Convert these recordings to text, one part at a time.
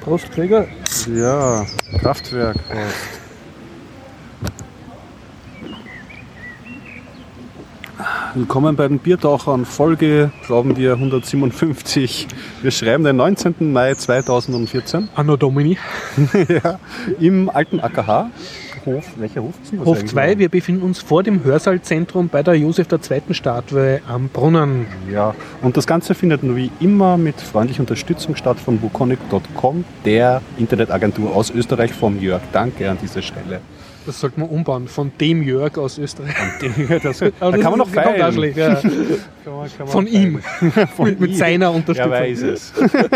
Prost, Gregor. Ja, Kraftwerk. Willkommen bei den Biertauchern, Folge, glauben wir, 157. Wir schreiben den 19. Mai 2014. Anno Domini. Ja, im alten AKH. Hof, welcher Hof ist das? Hof 2, wir befinden uns vor dem Hörsaalzentrum bei der Josef II. Statue am Brunnen. Ja, und das Ganze findet nur wie immer mit freundlicher Unterstützung statt von wukonic.com, der Internetagentur aus Österreich, vom Jörg. Danke an dieser Stelle. Das sollte man umbauen, von dem Jörg aus Österreich. Da kann man noch feiern. Ja. Kann man von ihm, mit seiner Unterstützung. Er weiß es.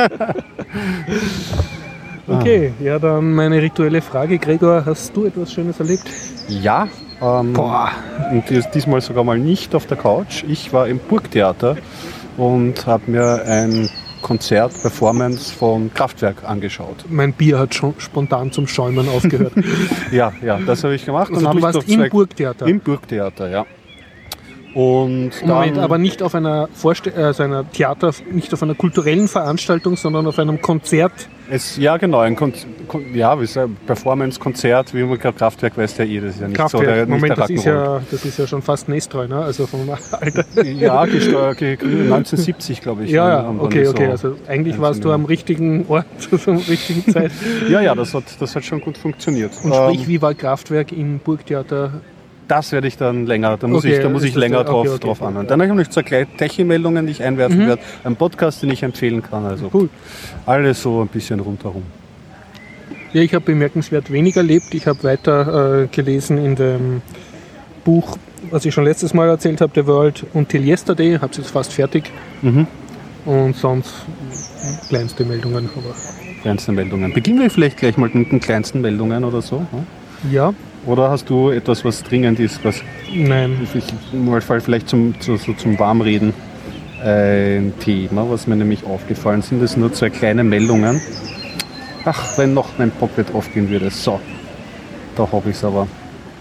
Okay, ja, dann meine rituelle Frage. Gregor, hast du etwas Schönes erlebt? Ja, und diesmal sogar mal nicht auf der Couch. Ich war im Burgtheater und habe mir ein Konzert, Performance von Kraftwerk angeschaut. Mein Bier hat schon spontan zum Schäumen aufgehört. Ja, das habe ich gemacht. Also du warst im Burgtheater? Im Burgtheater, ja. Und Moment, aber nicht auf einer Theater, nicht auf einer kulturellen Veranstaltung, sondern auf einem Konzert. Ja, genau, ein Performance-Konzert, wie man Kraftwerk weiß ja das ist ja nicht Kraftwerk. so. Moment, das ist ja schon fast Nestreu, ne? Also vom Alter. Ja, gegründet 1970, glaube ich. Ja, okay, also eigentlich warst du am richtigen Ort zur richtigen Zeit. Ja, das hat schon gut funktioniert. Und sprich, wie war Kraftwerk im Burgtheater? Das werde ich dann länger, da muss ich länger drauf anhören. Dann habe ich noch zwei Techie-Meldungen, die ich einwerfen werde. Ein Podcast, den ich empfehlen kann. Also cool. Alles so ein bisschen rundherum. Ja, ich habe bemerkenswert wenig erlebt. Ich habe weiter gelesen in dem Buch, was ich schon letztes Mal erzählt habe, The World Until Yesterday. Habe es jetzt fast fertig. Und sonst kleinste Meldungen. Kleinste Meldungen. Beginnen wir vielleicht gleich mal mit den kleinsten Meldungen oder so? Ja. Oder hast du etwas, was dringend ist? Nein. Mal vielleicht zum Warmreden ein Thema, was mir nämlich aufgefallen sind. Das sind nur zwei kleine Meldungen. Ach, wenn noch mein Pocket aufgehen würde. So, da habe ich es aber.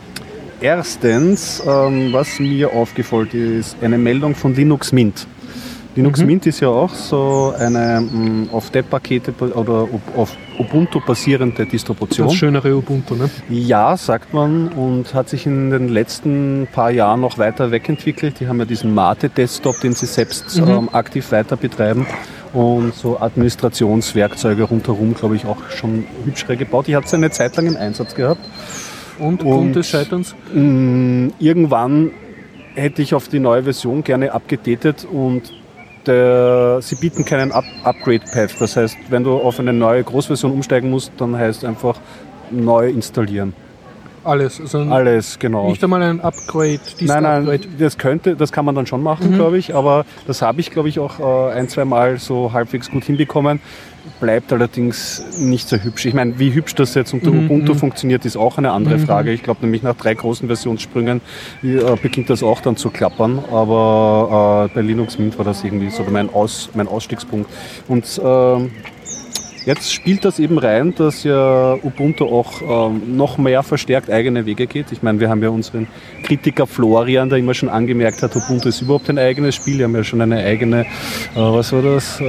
Erstens, was mir aufgefallen ist, eine Meldung von Linux Mint. Linux Mint ist ja auch so eine auf Deb-Pakete oder auf Ubuntu basierende Distribution. Das schönere Ubuntu, ne? Ja, sagt man, und hat sich in den letzten paar Jahren noch weiter wegentwickelt. Die haben ja diesen Mate-Desktop, den sie selbst aktiv weiter betreiben. Und so Administrationswerkzeuge rundherum, glaube ich, auch schon hübschere gebaut. Ich hatte es eine Zeit lang im Einsatz gehabt. Und Grund des Scheiterns? Irgendwann hätte ich auf die neue Version gerne abgedatet und sie bieten keinen Upgrade-Path. Das heißt, wenn du auf eine neue Großversion umsteigen musst, dann heißt einfach neu installieren. Alles, also alles, genau. Nicht einmal ein Upgrade, Nein, das kann man dann schon machen, glaube ich, aber das habe ich, glaube ich, auch ein, zwei Mal so halbwegs gut hinbekommen. Bleibt allerdings nicht so hübsch. Ich meine, wie hübsch das jetzt unter Ubuntu funktioniert, ist auch eine andere Frage. Ich glaube nämlich nach 3 großen Versionssprüngen beginnt das auch dann zu klappern, aber bei Linux Mint war das irgendwie so mein Ausstiegspunkt. Und jetzt spielt das eben rein, dass ja Ubuntu auch noch mehr verstärkt eigene Wege geht. Ich meine, wir haben ja unseren Kritiker Florian, der immer schon angemerkt hat, Ubuntu ist überhaupt ein eigenes Spiel. Wir haben ja schon eine eigene, was war das,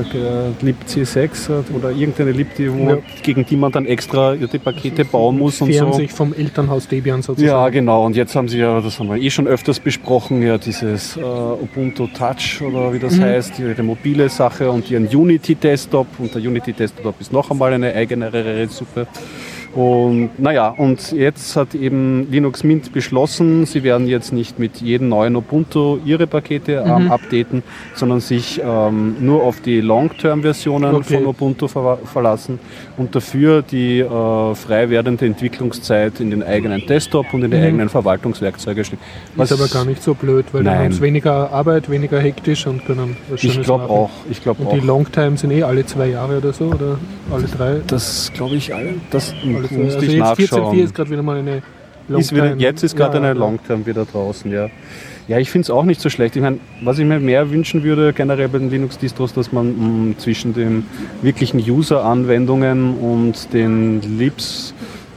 libc6 oder irgendeine lib, gegen die man dann extra die Pakete bauen muss und so. sich vom Elternhaus Debian sozusagen. Ja, genau. Und jetzt haben sie ja, das haben wir eh schon öfters besprochen, ja dieses Ubuntu Touch oder wie das heißt, ihre mobile Sache und ihren Unity Desktop. Und der Unity Desktop ist noch einmal eine eigenere Suppe. Und und jetzt hat eben Linux Mint beschlossen, sie werden jetzt nicht mit jedem neuen Ubuntu ihre Pakete updaten, sondern sich nur auf die Long-Term-Versionen von Ubuntu verlassen und dafür die frei werdende Entwicklungszeit in den eigenen Desktop und in die eigenen Verwaltungswerkzeuge stehen. Ist aber gar nicht so blöd, weil dann haben sie weniger Arbeit, weniger hektisch und können was Schönes machen. Ich glaube auch. Und die Long-Time sind alle 2 Jahre oder so, oder alle 3? Das glaube ich alle. Das also musste ich jetzt nachschauen. 14.4 ist gerade wieder mal eine Long-Time. Jetzt ist gerade eine Long-Term wieder draußen, ja. Ja, ich finde es auch nicht so schlecht. Ich meine, was ich mir mehr wünschen würde, generell bei den Linux-Distros, dass man zwischen den wirklichen User-Anwendungen und den Libs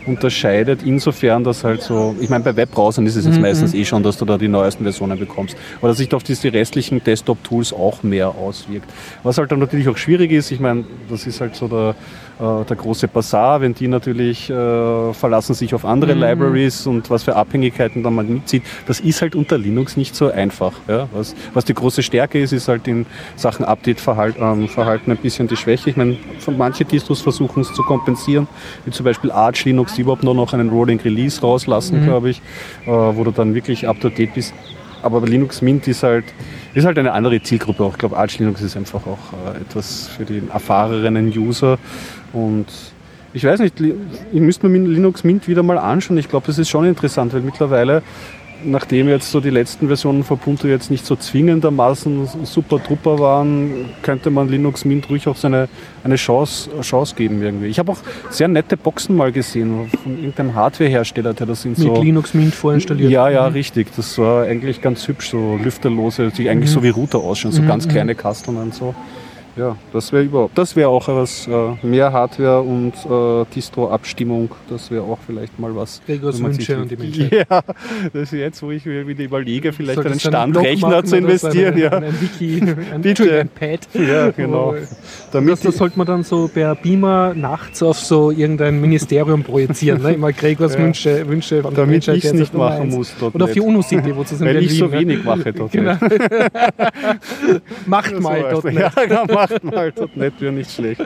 unterscheidet insofern, dass halt so, ich meine, bei Webbrowsern ist es jetzt meistens schon, dass du da die neuesten Versionen bekommst, aber dass sich auf diese restlichen Desktop-Tools auch mehr auswirkt. Was halt dann natürlich auch schwierig ist, ich meine, das ist halt so der große Bazar, wenn die natürlich verlassen sich auf andere Libraries und was für Abhängigkeiten dann man mitzieht, das ist halt unter Linux nicht so einfach. Ja? Was die große Stärke ist halt in Sachen Update-Verhalten ein bisschen die Schwäche. Ich meine, manche Distros versuchen es zu kompensieren, wie zum Beispiel Arch Linux, die überhaupt nur noch einen Rolling Release rauslassen, glaube ich, wo du dann wirklich up-to-date bist. Aber Linux Mint ist halt eine andere Zielgruppe auch. Ich glaube, Arch Linux ist einfach auch etwas für die erfahrenen User. Und ich weiß nicht, ich müsste mir Linux Mint wieder mal anschauen. Ich glaube, das ist schon interessant, weil mittlerweile, nachdem jetzt so die letzten Versionen von Ubuntu jetzt nicht so zwingendermaßen super Trupper waren, könnte man Linux Mint ruhig auch eine Chance geben irgendwie. Ich habe auch sehr nette Boxen mal gesehen von irgendeinem Hardwarehersteller, der das mit so Linux Mint vorinstalliert. Ja, richtig. Das war eigentlich ganz hübsch, so lüfterlose, die eigentlich so wie Router ausschauen, so ganz kleine Kasteln und so. Ja, das wäre auch was, mehr Hardware und Distro-Abstimmung, das wäre auch vielleicht mal was. Gregors Wünsche an die Menschheit. Ja, das ist jetzt, wo ich mir wieder überlege, vielleicht einen Standrechner zu investieren. Ein Wiki, ein Pad. Ja, genau. Das sollte man dann so per Beamer nachts auf so irgendein Ministerium projizieren. Ne? Immer Gregors Wünsche an die Menschheit. Damit ich es nicht machen muss. Oder für UNO-City, wo es in Weil Berlin, ich so wenig mache dort. Genau. Macht mal dort nicht. Ja, genau, macht mal dort nicht, wäre nicht schlecht.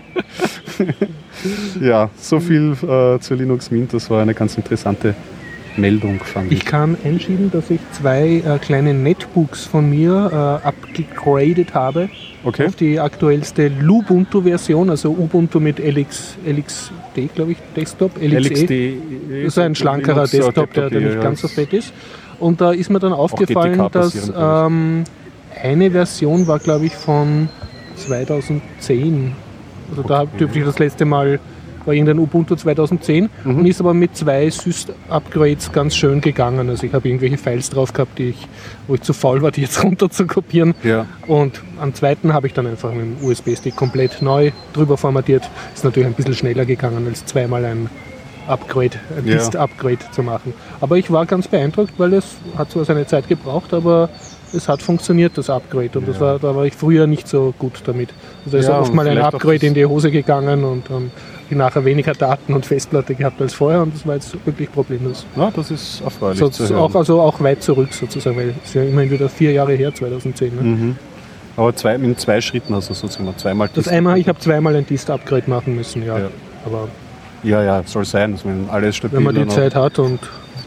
Ja, so viel zu Linux Mint, das war eine ganz interessante Meldung, fand ich. Ich kann einschieben, dass ich 2 kleine Netbooks von mir abgegradet habe auf die aktuellste Lubuntu-Version, also Ubuntu mit LXD, glaube ich, Desktop, LXD. Das ist ein schlankerer Desktop, der nicht ganz so fett ist. Und da ist mir dann aufgefallen, dass eine Version war, glaube ich, von 2010. Also da dürfte ich das letzte Mal, war irgendein Ubuntu 2010 und ist aber mit 2 Syst-Upgrades ganz schön gegangen. Also ich habe irgendwelche Files drauf gehabt, wo ich zu faul war, die jetzt runter zu kopieren. Ja. Und am zweiten habe ich dann einfach mit dem USB-Stick komplett neu drüber formatiert. Ist natürlich ein bisschen schneller gegangen, als zweimal ein Dist-Upgrade zu machen. Aber ich war ganz beeindruckt, weil es hat zwar seine Zeit gebraucht, aber es hat funktioniert, das Upgrade. Und da war ich früher nicht so gut damit. Also da ist oft mal ein Upgrade in die Hose gegangen und dann habe ich nachher weniger Daten und Festplatte gehabt als vorher und das war jetzt wirklich problemlos. Ja, das ist erfreulich zu hören. Auch weit zurück sozusagen, weil es ist ja immerhin wieder 4 Jahre her, 2010. Ne? Aber in 2 Schritten, also sozusagen zweimal Dist. Ich habe zweimal ein Dist-Upgrade machen müssen, ja. Aber ja, soll sein, dass man alles stabil. Wenn man die Zeit hat und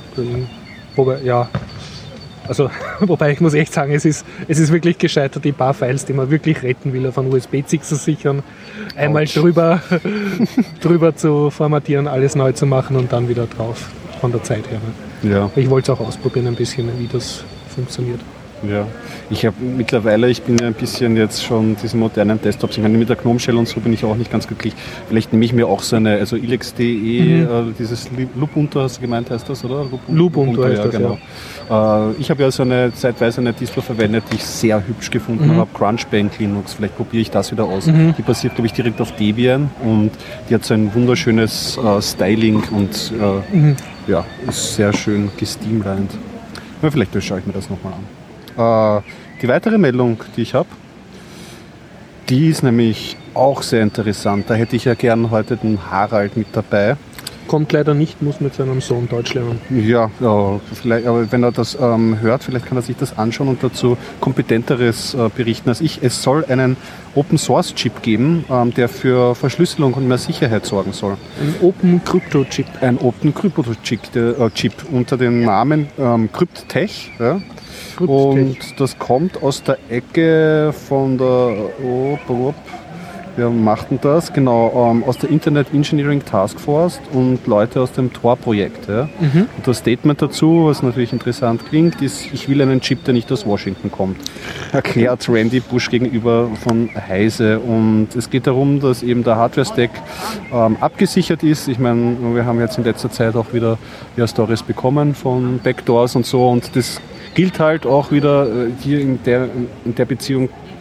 wobei ich muss echt sagen, es ist wirklich gescheitert, die paar Files, die man wirklich retten will, auf einen USB-Stick zu sichern, einmal drüber zu formatieren, alles neu zu machen und dann wieder drauf, von der Zeit her. Ne? Ja. Ich wollte es auch ausprobieren ein bisschen, wie das funktioniert. Ja, ich bin ja ein bisschen jetzt schon diesen modernen Desktops, ich meine mit der GNOME Shell und so bin ich auch nicht ganz glücklich. Vielleicht nehme ich mir auch so eine, also ILX.de, dieses Lubuntu, hast du gemeint, heißt das, oder? Lubuntu heißt das, genau. Ja. Ich habe ja zeitweise eine Distro verwendet, die ich sehr hübsch gefunden habe, Crunchbank Linux, vielleicht probiere ich das wieder aus. Die basiert, glaube ich, direkt auf Debian und die hat so ein wunderschönes Styling und ist sehr schön gestreamlined. Ja, vielleicht schaue ich mir das nochmal an. Die weitere Meldung, die ich habe, die ist nämlich auch sehr interessant. Da hätte ich ja gern heute den Harald mit dabei. Kommt leider nicht, muss mit seinem Sohn Deutsch lernen. Ja, vielleicht, aber wenn er das hört, vielleicht kann er sich das anschauen und dazu kompetenteres berichten als ich. Es soll einen Open-Source-Chip geben, der für Verschlüsselung und mehr Sicherheit sorgen soll. Ein Open-Crypto-Chip. Ein Open-Crypto-Chip unter dem Namen Crypttech. Ja. Und das kommt aus der Ecke von der, wer macht denn das? Genau, aus der Internet Engineering Task Force und Leute aus dem Tor-Projekt. Ja. Und das Statement dazu, was natürlich interessant klingt, ist, ich will einen Chip, der nicht aus Washington kommt. Erklärt Randy Bush gegenüber von Heise. Und es geht darum, dass eben der Hardware-Stack abgesichert ist. Ich meine, wir haben jetzt in letzter Zeit auch wieder Stories bekommen von Backdoors und so und das gilt halt auch wieder hier in der Beziehung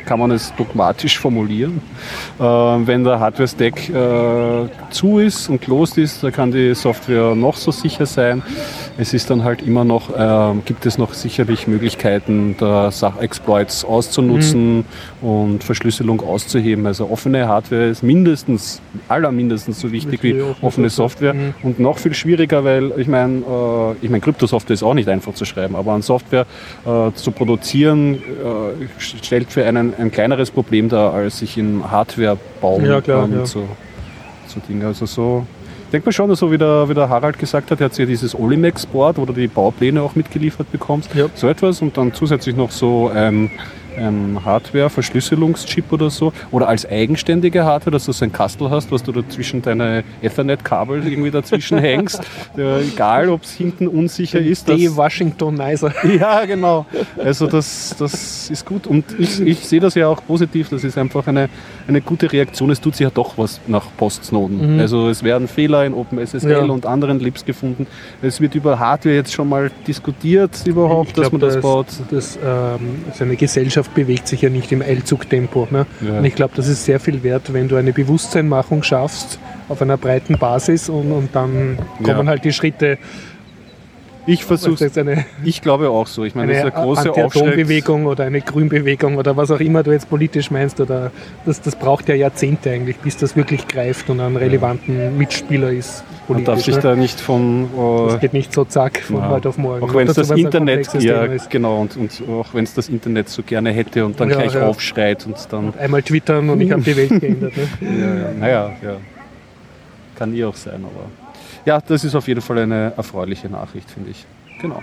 kann man es dogmatisch formulieren. Wenn der Hardware-Stack zu ist und closed ist, da kann die Software noch so sicher sein. Es ist dann halt immer noch, gibt es noch sicherlich Möglichkeiten, da Exploits auszunutzen und Verschlüsselung auszuheben. Also offene Hardware ist allermindestens so wichtig wie offene Software und noch viel schwieriger, weil ich meine, Kryptosoftware ist auch nicht einfach zu schreiben, aber an Software zu produzieren stellt für einen ein kleineres Problem dar, als sich in Hardware bauen so Dinge. Also so denkt man schon, so wie der Harald gesagt hat, er hat ja dieses Olimex-Board, wo du die Baupläne auch mitgeliefert bekommst, so etwas und dann zusätzlich noch so ein Hardware-Verschlüsselungschip oder so oder als eigenständige Hardware, dass du so ein Kastel hast, was du da zwischen deine Ethernet-Kabel irgendwie dazwischen hängst, egal ob es hinten unsicher ist. Washingtonizer. Ja, genau. Also das ist gut und ich sehe das ja auch positiv, das ist einfach eine gute Reaktion, es tut sich ja doch was nach Post-Snowden. Also es werden Fehler in OpenSSL und anderen Libs gefunden. Es wird über Hardware jetzt schon mal diskutiert überhaupt, dass man das baut. So eine Gesellschaft bewegt sich ja nicht im Eilzugtempo. Ne? Ja. Und ich glaube, das ist sehr viel wert, wenn du eine Bewusstseinmachung schaffst auf einer breiten Basis und dann kommen halt die Schritte. Ich glaube auch so. Ich meine, das ist eine große Anti-Atom-Bewegung oder eine Grünbewegung oder was auch immer du jetzt politisch meinst. Oder das braucht ja Jahrzehnte eigentlich, bis das wirklich greift und ein relevanten Mitspieler ist. Man darf sich da nicht das geht nicht so zack von heute auf morgen. Auch wenn es das Internet, genau, und auch wenn es das Internet so gerne hätte und dann gleich aufschreit und dann... Und einmal twittern und ich habe die Welt geändert. Ne? Naja. Kann auch sein, aber... Ja, das ist auf jeden Fall eine erfreuliche Nachricht, finde ich. Genau.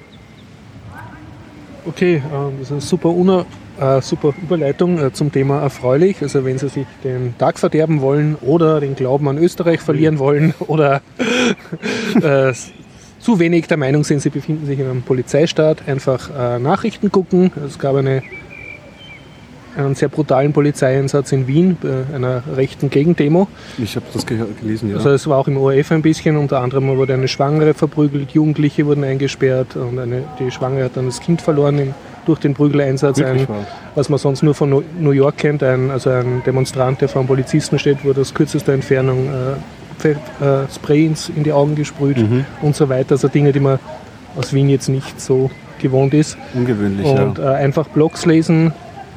Okay, das ist eine super Überleitung zum Thema erfreulich. Also wenn Sie sich den Tag verderben wollen oder den Glauben an Österreich verlieren wollen oder zu wenig der Meinung sind, Sie befinden sich in einem Polizeistaat, einfach Nachrichten gucken. Es gab einen sehr brutalen Polizeieinsatz in Wien bei einer rechten Gegendemo. Ich habe das gelesen, ja. Also es war auch im ORF ein bisschen, unter anderem wurde eine Schwangere verprügelt, Jugendliche wurden eingesperrt und die Schwangere hat dann das Kind verloren durch den Prügeleinsatz. Was man sonst nur von New York kennt, ein Demonstrant, der vor einem Polizisten steht, wurde aus kürzester Entfernung Spray in die Augen gesprüht und so weiter. Also Dinge, die man aus Wien jetzt nicht so gewohnt ist. Ungewöhnlich, und einfach Blogs lesen.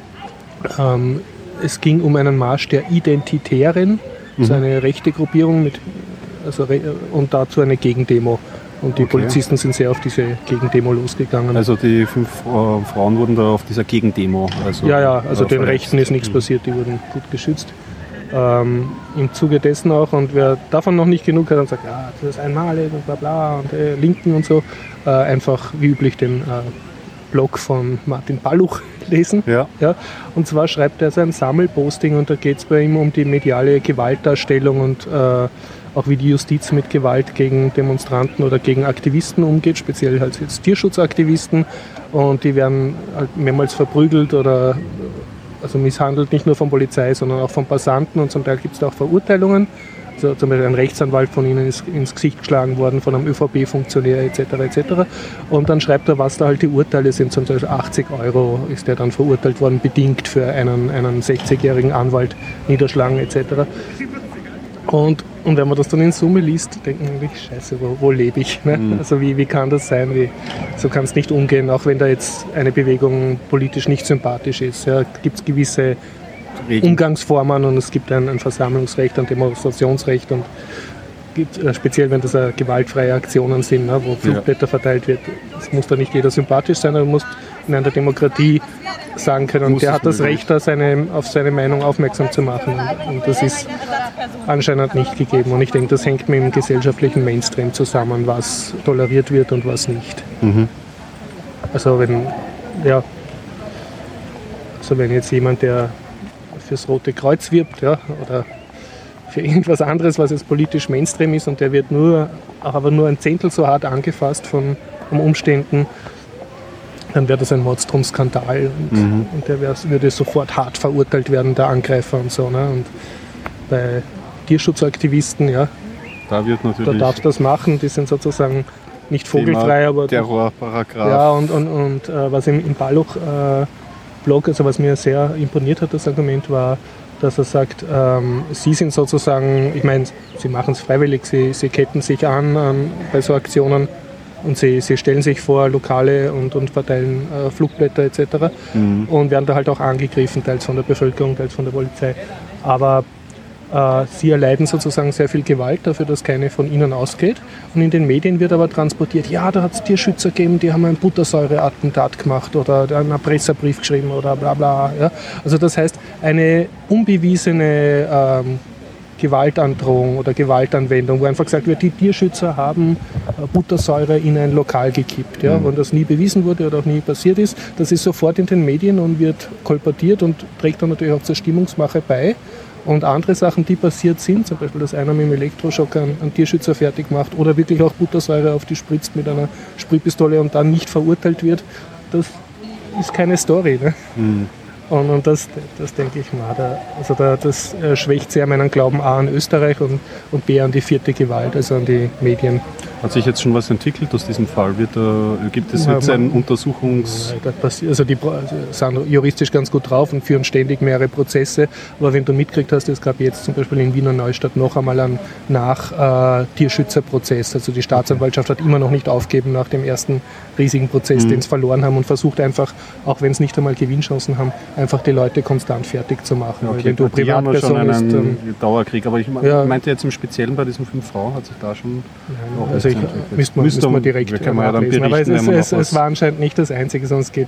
Es ging um einen Marsch der Identitären, so eine rechte Gruppierung und dazu eine Gegendemo. Und die Polizisten sind sehr auf diese Gegendemo losgegangen. Also die 5 Frauen wurden da auf dieser Gegendemo. Also den Rechten ist nichts passiert, die wurden gut geschützt. Im Zuge dessen auch, und wer davon noch nicht genug hat und sagt, ja, das ist einmalig und bla bla und Linken und so, einfach wie üblich den Blog von Martin Balluch lesen. Ja. Und zwar schreibt er sein Sammelposting und da geht es bei ihm um die mediale Gewaltdarstellung und auch wie die Justiz mit Gewalt gegen Demonstranten oder gegen Aktivisten umgeht, speziell halt jetzt Tierschutzaktivisten, und die werden halt mehrmals verprügelt oder also misshandelt, nicht nur von Polizei, sondern auch von Passanten, und zum Teil gibt es da auch Verurteilungen. Also zum Beispiel ein Rechtsanwalt von ihnen ist ins Gesicht geschlagen worden, von einem ÖVP-Funktionär etc. Und dann schreibt er, was da halt die Urteile sind. Zum Beispiel 80 € ist der dann verurteilt worden, bedingt für einen 60-jährigen Anwalt niederschlagen etc. Und wenn man das dann in Summe liest, denkt man sich, scheiße, wo lebe ich? Ne? Also wie kann das sein? So kann es nicht umgehen, auch wenn da jetzt eine Bewegung politisch nicht sympathisch ist. Ja, gibt es gewisse Umgangsformen und es gibt ein Versammlungsrecht, ein Demonstrationsrecht und gibt, speziell wenn das gewaltfreie Aktionen sind, ne, wo Flugblätter verteilt wird. Es muss da nicht jeder sympathisch sein, aber man muss in einer Demokratie sagen können, der hat das Recht, auf seine Meinung aufmerksam zu machen. Und das ist anscheinend nicht gegeben. Und ich denke, das hängt mit dem gesellschaftlichen Mainstream zusammen, was toleriert wird und was nicht. Also wenn jetzt jemand, der fürs Rote Kreuz wirbt, oder für irgendwas anderes, was jetzt politisch Mainstream ist, und der wird aber nur ein Zehntel so hart angefasst von Umständen, dann wäre das ein Mordstrom-Skandal und der würde sofort hart verurteilt werden, der Angreifer und so. Ne? Und bei Tierschutzaktivisten, da darfst du das machen, die sind sozusagen nicht vogelfrei, aber Terrorparagraf. Ja, und was im Balluch Blog, also was mir sehr imponiert hat, das Argument war, dass er sagt, sie sind sozusagen, ich meine, sie machen es freiwillig, sie ketten sich an bei so Aktionen und sie stellen sich vor Lokale und verteilen Flugblätter etc. Und werden da halt auch angegriffen, teils von der Bevölkerung, teils von der Polizei. Aber sie erleiden sozusagen sehr viel Gewalt dafür, dass keine von ihnen ausgeht. Und in den Medien wird aber transportiert, ja, da hat es Tierschützer gegeben, die haben ein Buttersäure-Attentat gemacht oder einen Erpresserbrief geschrieben oder bla bla. Ja. Also das heißt, eine unbewiesene Gewaltandrohung oder Gewaltanwendung, wo einfach gesagt wird, die Tierschützer haben Buttersäure in ein Lokal gekippt. Ja. Wenn das nie bewiesen wurde oder auch nie passiert ist, das ist sofort in den Medien und wird kolportiert und trägt dann natürlich auch zur Stimmungsmache bei. Und andere Sachen, die passiert sind, zum Beispiel, dass einer mit dem Elektroschock einen Tierschützer fertig macht oder wirklich auch Buttersäure auf die spritzt mit einer Sprühpistole und dann nicht verurteilt wird, das ist keine Story. Ne? Und das denke ich mal, das schwächt sehr meinen Glauben A an Österreich und B an die vierte Gewalt, also an die Medien. Hat sich jetzt schon was entwickelt aus diesem Fall? Gibt es jetzt ein Untersuchungs... Also die sind juristisch ganz gut drauf und führen ständig mehrere Prozesse. Aber wenn du mitgekriegt hast, es gab jetzt zum Beispiel in Wiener Neustadt noch einmal einen Nach-Tierschützerprozess. Also die Staatsanwaltschaft hat immer noch nicht aufgegeben nach dem ersten riesigen Prozess, den sie verloren haben und versucht einfach, auch wenn sie nicht einmal Gewinnchancen haben, einfach die Leute konstant fertig zu machen. Okay, wenn du Privatperson bist... Dauerkrieg, aber ich meinte jetzt im Speziellen bei diesen 5 Frauen, hat sich da schon... Also müsste man direkt nachlesen. Aber es war anscheinend nicht das Einzige, sondern es geht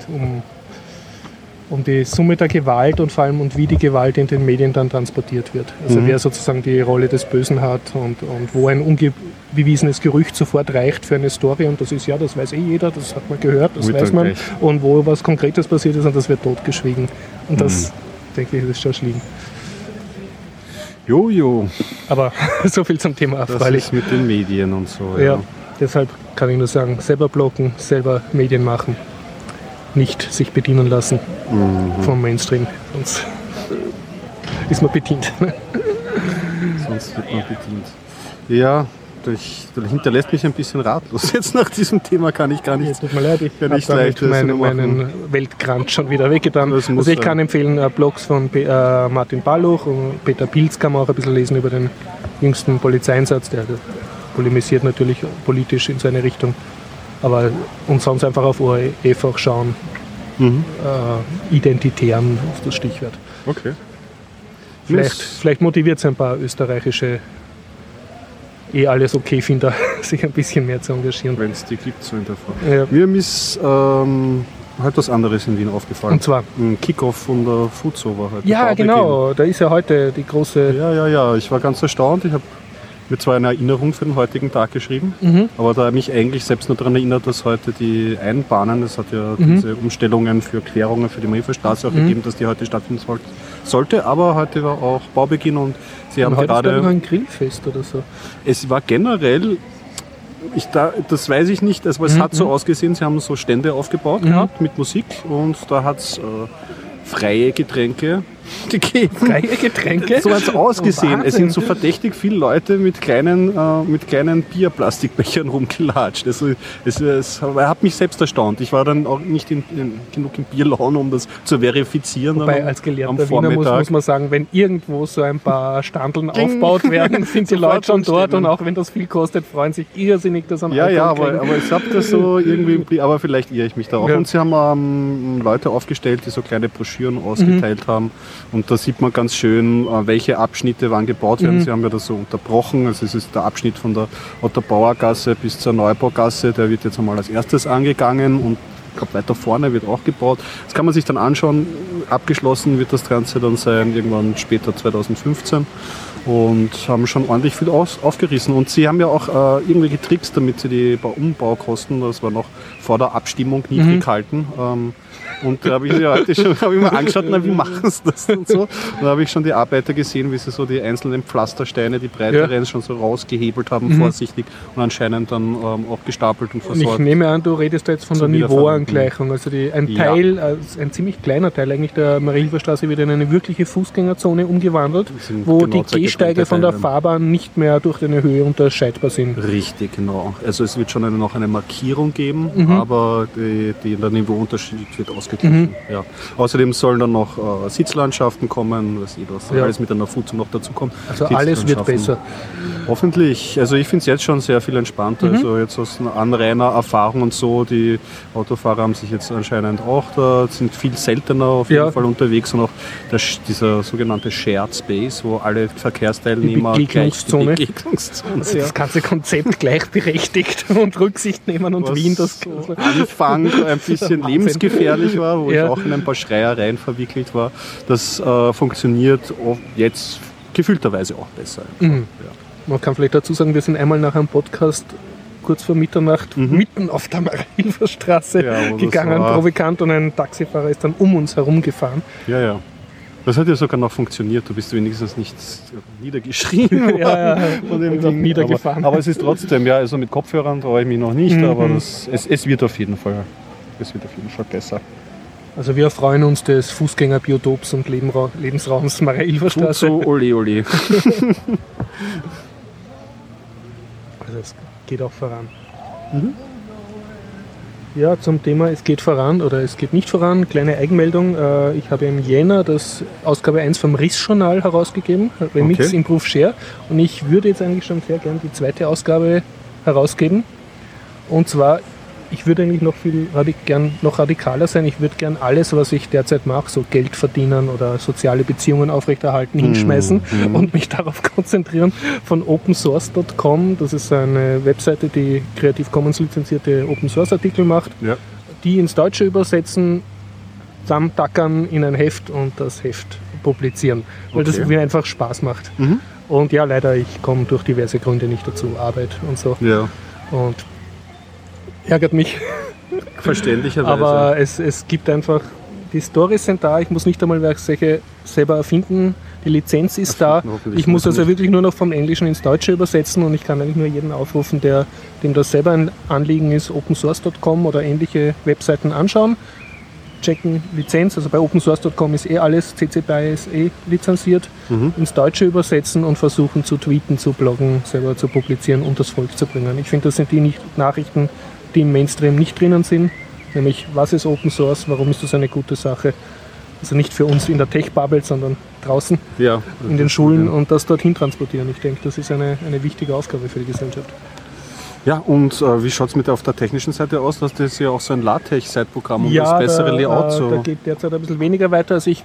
um die Summe der Gewalt und vor allem wie die Gewalt in den Medien dann transportiert wird. Also wer sozusagen die Rolle des Bösen hat und wo ein unbewiesenes Gerücht sofort reicht für eine Story und das ist ja, das weiß jeder, das hat man gehört, das weiß man. Und wo was Konkretes passiert ist und das wird totgeschwiegen. Und das, denke ich, ist schon schlimm. Jojo. Aber so viel zum Thema erfreulich. Das ist mit den Medien und so. Ja, deshalb kann ich nur sagen, selber bloggen, selber Medien machen. Nicht sich bedienen lassen vom Mainstream. Sonst ist man bedient. Sonst wird man bedient. Ja, das hinterlässt mich ein bisschen ratlos. Jetzt nach diesem Thema kann ich gar nicht. Tut mir leid, ich habe meinen Weltkrant schon wieder weggetan. Also ich kann empfehlen Blogs von Martin Balluch und Peter Pilz kann man auch ein bisschen lesen über den jüngsten Polizeieinsatz. Der polemisiert natürlich politisch in seine Richtung. Aber und sonst einfach auf ORF auch schauen. Identitären ist das Stichwort. Okay. Vielleicht motiviert es ein paar österreichische alles okay finder, sich ein bisschen mehr zu engagieren. Wenn es die gibt, so in der Form. Ja. Mir ist halt was anderes in Wien aufgefallen. Und zwar? Ein Kickoff von der Fuzo war heute. Ja, genau. Da ist ja heute die große... Ja. Ich war ganz erstaunt. Ich habe mir zwar eine Erinnerung für den heutigen Tag geschrieben, aber da mich eigentlich selbst nur daran erinnert, dass heute die Einbahnen, es hat ja diese Umstellungen für Klärungen für die Marienstraße auch gegeben, dass die heute stattfinden sollte, aber heute war auch Baubeginn und sie haben gerade... Heute ist ein Grillfest oder so. Es war generell... das weiß ich nicht, aber es hat so ausgesehen, sie haben so Stände aufgebaut gehabt mit Musik und da hat es freie Getränke gegeben. Freie Getränke? So hat es ausgesehen. Es sind so verdächtig viele Leute mit kleinen Bierplastikbechern rumgelatscht. Es hat mich selbst erstaunt. Ich war dann auch nicht genug im Bierlaune, um das zu verifizieren. Wobei als gelernter Wiener muss man sagen, wenn irgendwo so ein paar Standeln aufgebaut werden, sind die Leute schon dort und auch wenn das viel kostet, freuen sich irrsinnig, dass aber ich habe das so irgendwie, aber vielleicht irre ich mich da auch. Ja. Und sie haben Leute aufgestellt, die so kleine Broschüren ausgeteilt haben. Und da sieht man ganz schön, welche Abschnitte wann gebaut werden. Sie haben ja das so unterbrochen. Also es ist der Abschnitt von der Otto-Bauer-Gasse bis zur Neubaugasse. Der wird jetzt einmal als erstes angegangen und ich glaube weiter vorne wird auch gebaut. Das kann man sich dann anschauen. Abgeschlossen wird das Ganze dann sein, irgendwann später 2015. Und haben schon ordentlich viel aufgerissen. Und sie haben ja auch irgendwie getrickst, damit sie die Umbaukosten, das war noch vor der Abstimmung, niedrig halten. Und da habe ich mir angeschaut, wie machen sie das und so. Und da habe ich schon die Arbeiter gesehen, wie sie so die einzelnen Pflastersteine, die breiteren, schon so rausgehebelt haben, vorsichtig und anscheinend dann auch gestapelt und versorgt. Ich nehme an, du redest jetzt von der Niveauangleichung. Also ein ziemlich kleiner Teil eigentlich der Marienhilferstraße wird in eine wirkliche Fußgängerzone umgewandelt, wo die Gehsteige von der Fahrbahn nicht mehr durch eine Höhe unterscheidbar sind. Richtig, genau. Also es wird schon noch eine Markierung geben, aber der Niveauunterschied wird ausgeglichen. Ja. Außerdem sollen dann noch Sitzlandschaften kommen, was alles mit einer Fuße noch dazu kommt. Also alles wird besser. Hoffentlich. Also ich finde es jetzt schon sehr viel entspannter. Also jetzt aus einer reiner Erfahrung und so, die Autofahrer haben sich jetzt anscheinend auch da, sind viel seltener auf jeden Fall unterwegs und auch dieser sogenannte Shared Space, wo alle Verkehrsteilnehmer die Begegnungszone. Also das ganze Konzept gleichberechtigt und Rücksicht nehmen und Wien das so Anfang ein bisschen lebensgefährlich war, wo ich auch in ein paar Schreiereien verwickelt war. Das funktioniert jetzt gefühlterweise auch besser. Man kann vielleicht dazu sagen, wir sind einmal nach einem Podcast kurz vor Mitternacht mitten auf der Maria-Hilfer-Straße gegangen, provokant, und ein Taxifahrer ist dann um uns herum gefahren. Ja. Das hat ja sogar noch funktioniert, du bist wenigstens nicht niedergeschrien von dem Ding. Niedergefahren. Aber es ist trotzdem, also mit Kopfhörern traue ich mich noch nicht, aber es wird auf jeden Fall besser. Also wir freuen uns des Fußgängerbiotops und Lebensraums Maria-Hilfer-Straße. So, ole. Also es geht auch voran. Ja, zum Thema es geht voran oder es geht nicht voran, kleine Eigenmeldung. Ich habe im Jänner das Ausgabe 1 vom RIS-Journal herausgegeben, Remix Improve Share. Und ich würde jetzt eigentlich schon sehr gern die zweite Ausgabe herausgeben. Und zwar, ich würde eigentlich noch radikaler sein. Ich würde gern alles, was ich derzeit mache, so Geld verdienen oder soziale Beziehungen aufrechterhalten, hinschmeißen und mich darauf konzentrieren. Von opensource.com, das ist eine Webseite, die Creative Commons lizenzierte Open Source Artikel macht, die ins Deutsche übersetzen, zusammentackern in ein Heft und das Heft publizieren, weil das mir einfach Spaß macht. Und ja, leider, ich komme durch diverse Gründe nicht dazu, Arbeit und so. Und ärgert mich. Verständlicherweise. Aber es gibt einfach, die Storys sind da, ich muss nicht einmal welche selber erfinden, die Lizenz ist da. Ich muss also wirklich nur noch vom Englischen ins Deutsche übersetzen und ich kann eigentlich nur jeden aufrufen, dem das selber ein Anliegen ist, opensource.com oder ähnliche Webseiten anschauen, checken, Lizenz, also bei opensource.com ist alles, CC BY ist lizenziert, ins Deutsche übersetzen und versuchen zu tweeten, zu bloggen, selber zu publizieren und das Volk zu bringen. Ich finde, das sind die Nachrichten, die im Mainstream nicht drinnen sind, nämlich was ist Open Source, warum ist das eine gute Sache, also nicht für uns in der Tech-Bubble, sondern draußen in den Schulen und das dorthin transportieren. Ich denke, das ist eine wichtige Aufgabe für die Gesellschaft. Ja, und wie schaut es mit auf der technischen Seite aus? Das ist ja auch so ein LaTeX-Zeitprogramm und das bessere Layout. So. Da geht derzeit ein bisschen weniger weiter. Also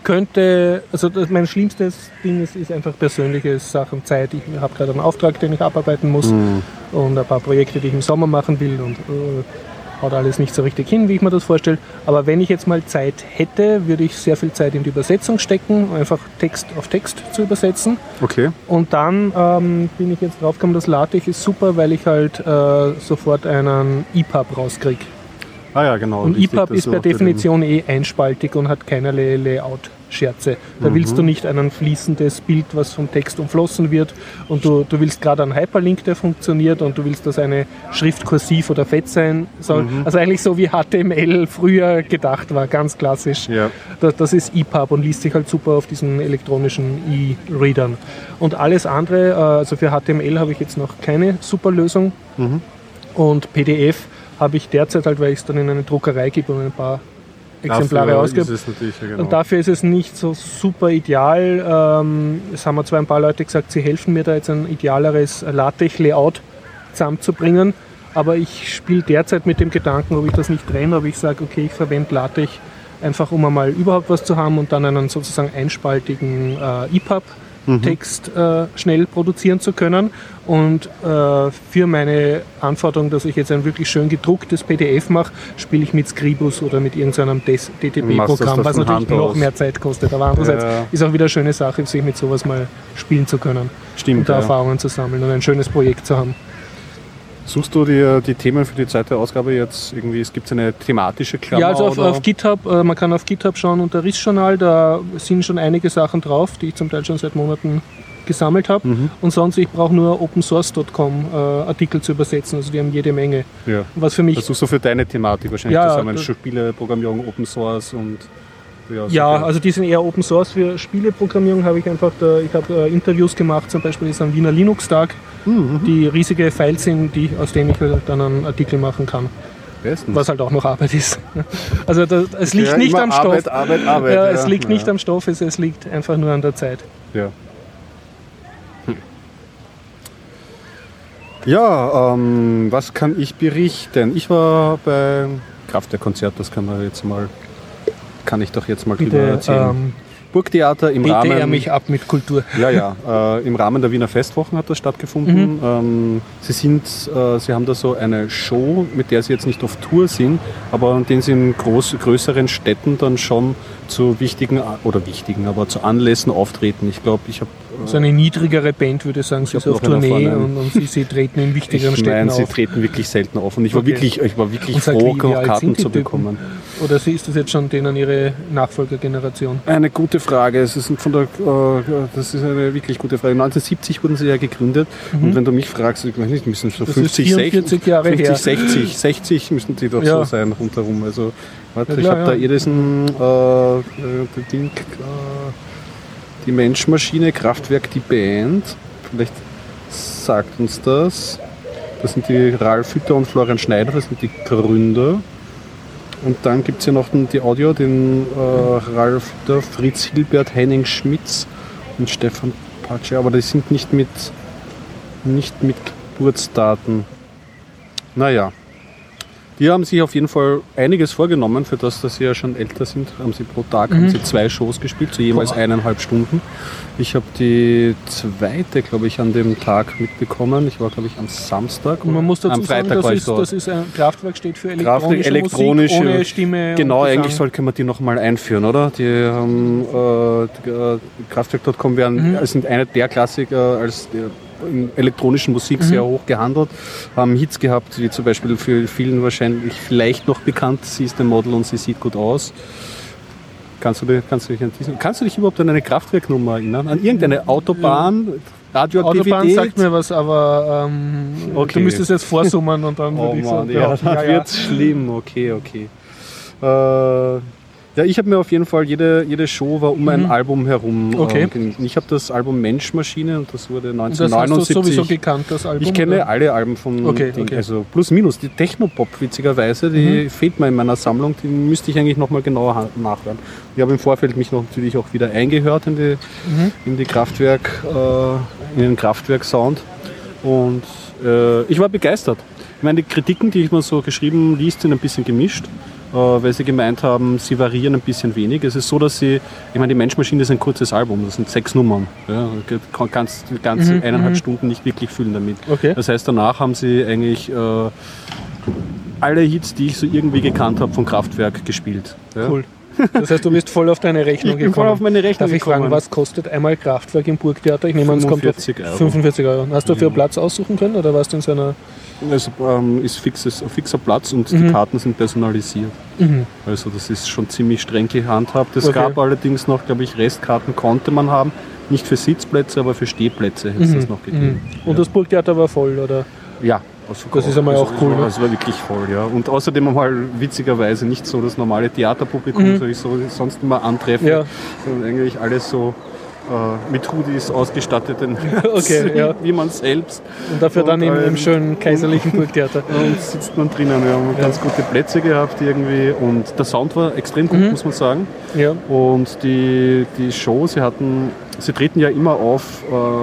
mein schlimmstes Ding ist einfach persönliche Sachen, Zeit. Ich habe gerade einen Auftrag, den ich abarbeiten muss und ein paar Projekte, die ich im Sommer machen will und haut alles nicht so richtig hin, wie ich mir das vorstelle. Aber wenn ich jetzt mal Zeit hätte, würde ich sehr viel Zeit in die Übersetzung stecken, einfach Text auf Text zu übersetzen. Okay. Und dann bin ich jetzt draufgekommen, das LaTeX ist super, weil ich halt sofort einen EPUB rauskriege. Ah ja, genau. Und EPUB ist per Definition einspaltig und hat keinerlei Layout-Scherze. Da willst du nicht ein fließendes Bild, was vom Text umflossen wird und du willst gerade einen Hyperlink, der funktioniert und du willst, dass eine Schrift kursiv oder fett sein soll. Also eigentlich so wie HTML früher gedacht war, ganz klassisch. Ja. Das ist EPUB und liest sich halt super auf diesen elektronischen E-Readern. Und alles andere, also für HTML habe ich jetzt noch keine super Lösung und PDF habe ich derzeit halt, weil ich es dann in eine Druckerei gebe und ein paar Exemplare ausgebe. Und dafür ist es nicht so super ideal. Es haben mir zwar ein paar Leute gesagt, sie helfen mir da jetzt ein idealeres LaTeX-Layout zusammenzubringen, aber ich spiele derzeit mit dem Gedanken, ob ich das nicht trenne, ob ich sage, okay, ich verwende LaTeX einfach, um einmal überhaupt was zu haben und dann einen sozusagen einspaltigen EPUB-Text schnell produzieren zu können. Und für meine Anforderung, dass ich jetzt ein wirklich schön gedrucktes PDF mache, spiele ich mit Scribus oder mit irgendeinem DTP-Programm, was natürlich noch mehr Zeit kostet. Aber andererseits ist auch wieder eine schöne Sache, sich mit sowas mal spielen zu können. Stimmt, und da Erfahrungen zu sammeln und ein schönes Projekt zu haben. Suchst du dir die Themen für die zweite Ausgabe jetzt irgendwie? Es gibt eine thematische Klammer? Ja, also auf GitHub, man kann auf GitHub schauen unter RIS-Journal, da sind schon einige Sachen drauf, die ich zum Teil schon seit Monaten gesammelt habe. Und sonst, ich brauche nur opensource.com Artikel zu übersetzen, also die haben jede Menge. Ja. Was für mich, das ist so für deine Thematik wahrscheinlich zusammen, Spieleprogrammierung, Open Source und... also die sind eher Open Source. Für Spieleprogrammierung habe ich einfach, ich habe Interviews gemacht, zum Beispiel ist am Wiener Linux-Tag, die riesige Files sind, aus denen ich dann einen Artikel machen kann. Bestens. Was halt auch noch Arbeit ist. Also es liegt Ja, nicht immer am Stoff. Arbeit. Ja, es liegt nicht am Stoff, es liegt einfach nur an der Zeit. Ja. Ja, was kann ich berichten? Ich war beim Kraftwerk-Konzert, das kann ich doch jetzt mal drüber erzählen. Burgtheater im Bitte er Rahmen. mich ab mit Kultur. Ja, im Rahmen der Wiener Festwochen hat das stattgefunden. Sie haben da so eine Show, mit der sie jetzt nicht auf Tour sind, aber in denen sie in größeren Städten dann schon zu aber zu Anlässen auftreten. Ich glaube, ich habe So eine niedrigere Band, würde ich sagen, sie ist auf Tournee und sie treten in wichtigeren Städten auf. Sie treten wirklich selten auf und ich war wirklich Und froh, wie alt Karten sind die zu bekommen. Typen? Oder ist das jetzt schon denen ihre Nachfolgergeneration? Eine gute Frage. Das ist eine wirklich gute Frage. 1970 wurden sie ja gegründet und wenn du mich fragst, ich weiß nicht, müssen so 50, Jahre 50, her. 60 müssen die doch so sein rundherum. Also warte, Ja, ich habe ja. da diesen die Menschmaschine, Kraftwerk, die Band. Vielleicht sagt uns das. Das sind die Ralf Hütter und Florian Schneider, das sind die Gründer. Und dann gibt es ja noch die Audio, den Ralf Hütter, Fritz Hilbert, Henning Schmitz und Stefan Patsche, aber die sind nicht mit Geburtsdaten. Naja. Die haben sich auf jeden Fall einiges vorgenommen, für das, dass sie ja schon älter sind. Haben sie pro Tag haben sie 2 Shows gespielt, zu jeweils 1,5 Stunden. Ich habe die zweite, glaube ich, an dem Tag mitbekommen. Ich war, glaube ich, am Samstag. Und man muss dazu am Freitag sagen, das ist ein Kraftwerk, steht für elektronische Musik ohne Stimme. Genau, und eigentlich können wir die nochmal einführen, oder? Die haben Kraftwerk.com sind eine der Klassiker als in elektronischen Musik sehr hoch gehandelt, haben Hits gehabt, wie zum Beispiel für vielen wahrscheinlich vielleicht noch bekannt, Sie ist ein Model und sie sieht gut aus. Kannst du dich überhaupt an eine Kraftwerknummer erinnern? An irgendeine Autobahn, Radioaktivität? Autobahn sagt mir was, aber okay. Du müsstest jetzt vorsummen und dann würde ich so... Das wird schlimm, okay. Ja, ich habe mir auf jeden Fall, jede Show war um ein Album herum. Okay. Ich habe das Album Menschmaschine und das wurde Das 1979. hast du sowieso gekannt, das Album? Ich kenne oder? alle Alben von Okay. also plus minus. Die Technopop, witzigerweise, die fehlt mir in meiner Sammlung, die müsste ich eigentlich nochmal genauer nachhören. Ich habe im Vorfeld mich natürlich auch wieder eingehört in die Kraftwerk, in den Kraftwerk-Sound und ich war begeistert. Ich meine, die Kritiken, die ich mal so geschrieben liest, sind ein bisschen gemischt. Weil sie gemeint haben, sie variieren ein bisschen wenig. Es ist so, dass die Menschmaschine ist ein kurzes Album, das sind 6 Nummern. Ja, du kannst die ganze 1,5 Stunden nicht wirklich füllen damit. Okay. Das heißt, danach haben sie eigentlich alle Hits, die ich so irgendwie gekannt habe, von Kraftwerk gespielt. Ja. Cool. Das heißt, du bist voll auf deine Rechnung Ich bin voll auf meine Rechnung Darf ich gekommen. fragen, was kostet einmal Kraftwerk im Burgtheater? Ich nehme an, es kommt auf 45 Euro. Hast du dafür Platz aussuchen können oder warst du in so einer... Es ist ein fixer Platz und die Karten sind personalisiert. Also das ist schon ziemlich streng gehandhabt. Es gab allerdings noch, glaube ich, Restkarten konnte man haben. Nicht für Sitzplätze, aber für Stehplätze hätte es das noch gegeben. Und das Burgtheater war voll, oder? Ja. Das ist einmal auch cool. Es war wirklich voll, ja. Und außerdem einmal witzigerweise nicht so das normale Theaterpublikum, so ich sonst immer antreffe, sondern eigentlich alles so mit Hoodies ausgestatteten, wie man selbst. Und dafür dann im schönen kaiserlichen Burgtheater. Und sitzt man drinnen. Wir haben ganz gute Plätze gehabt irgendwie und der Sound war extrem gut, muss man sagen. Ja. Und die Show, sie treten ja immer auf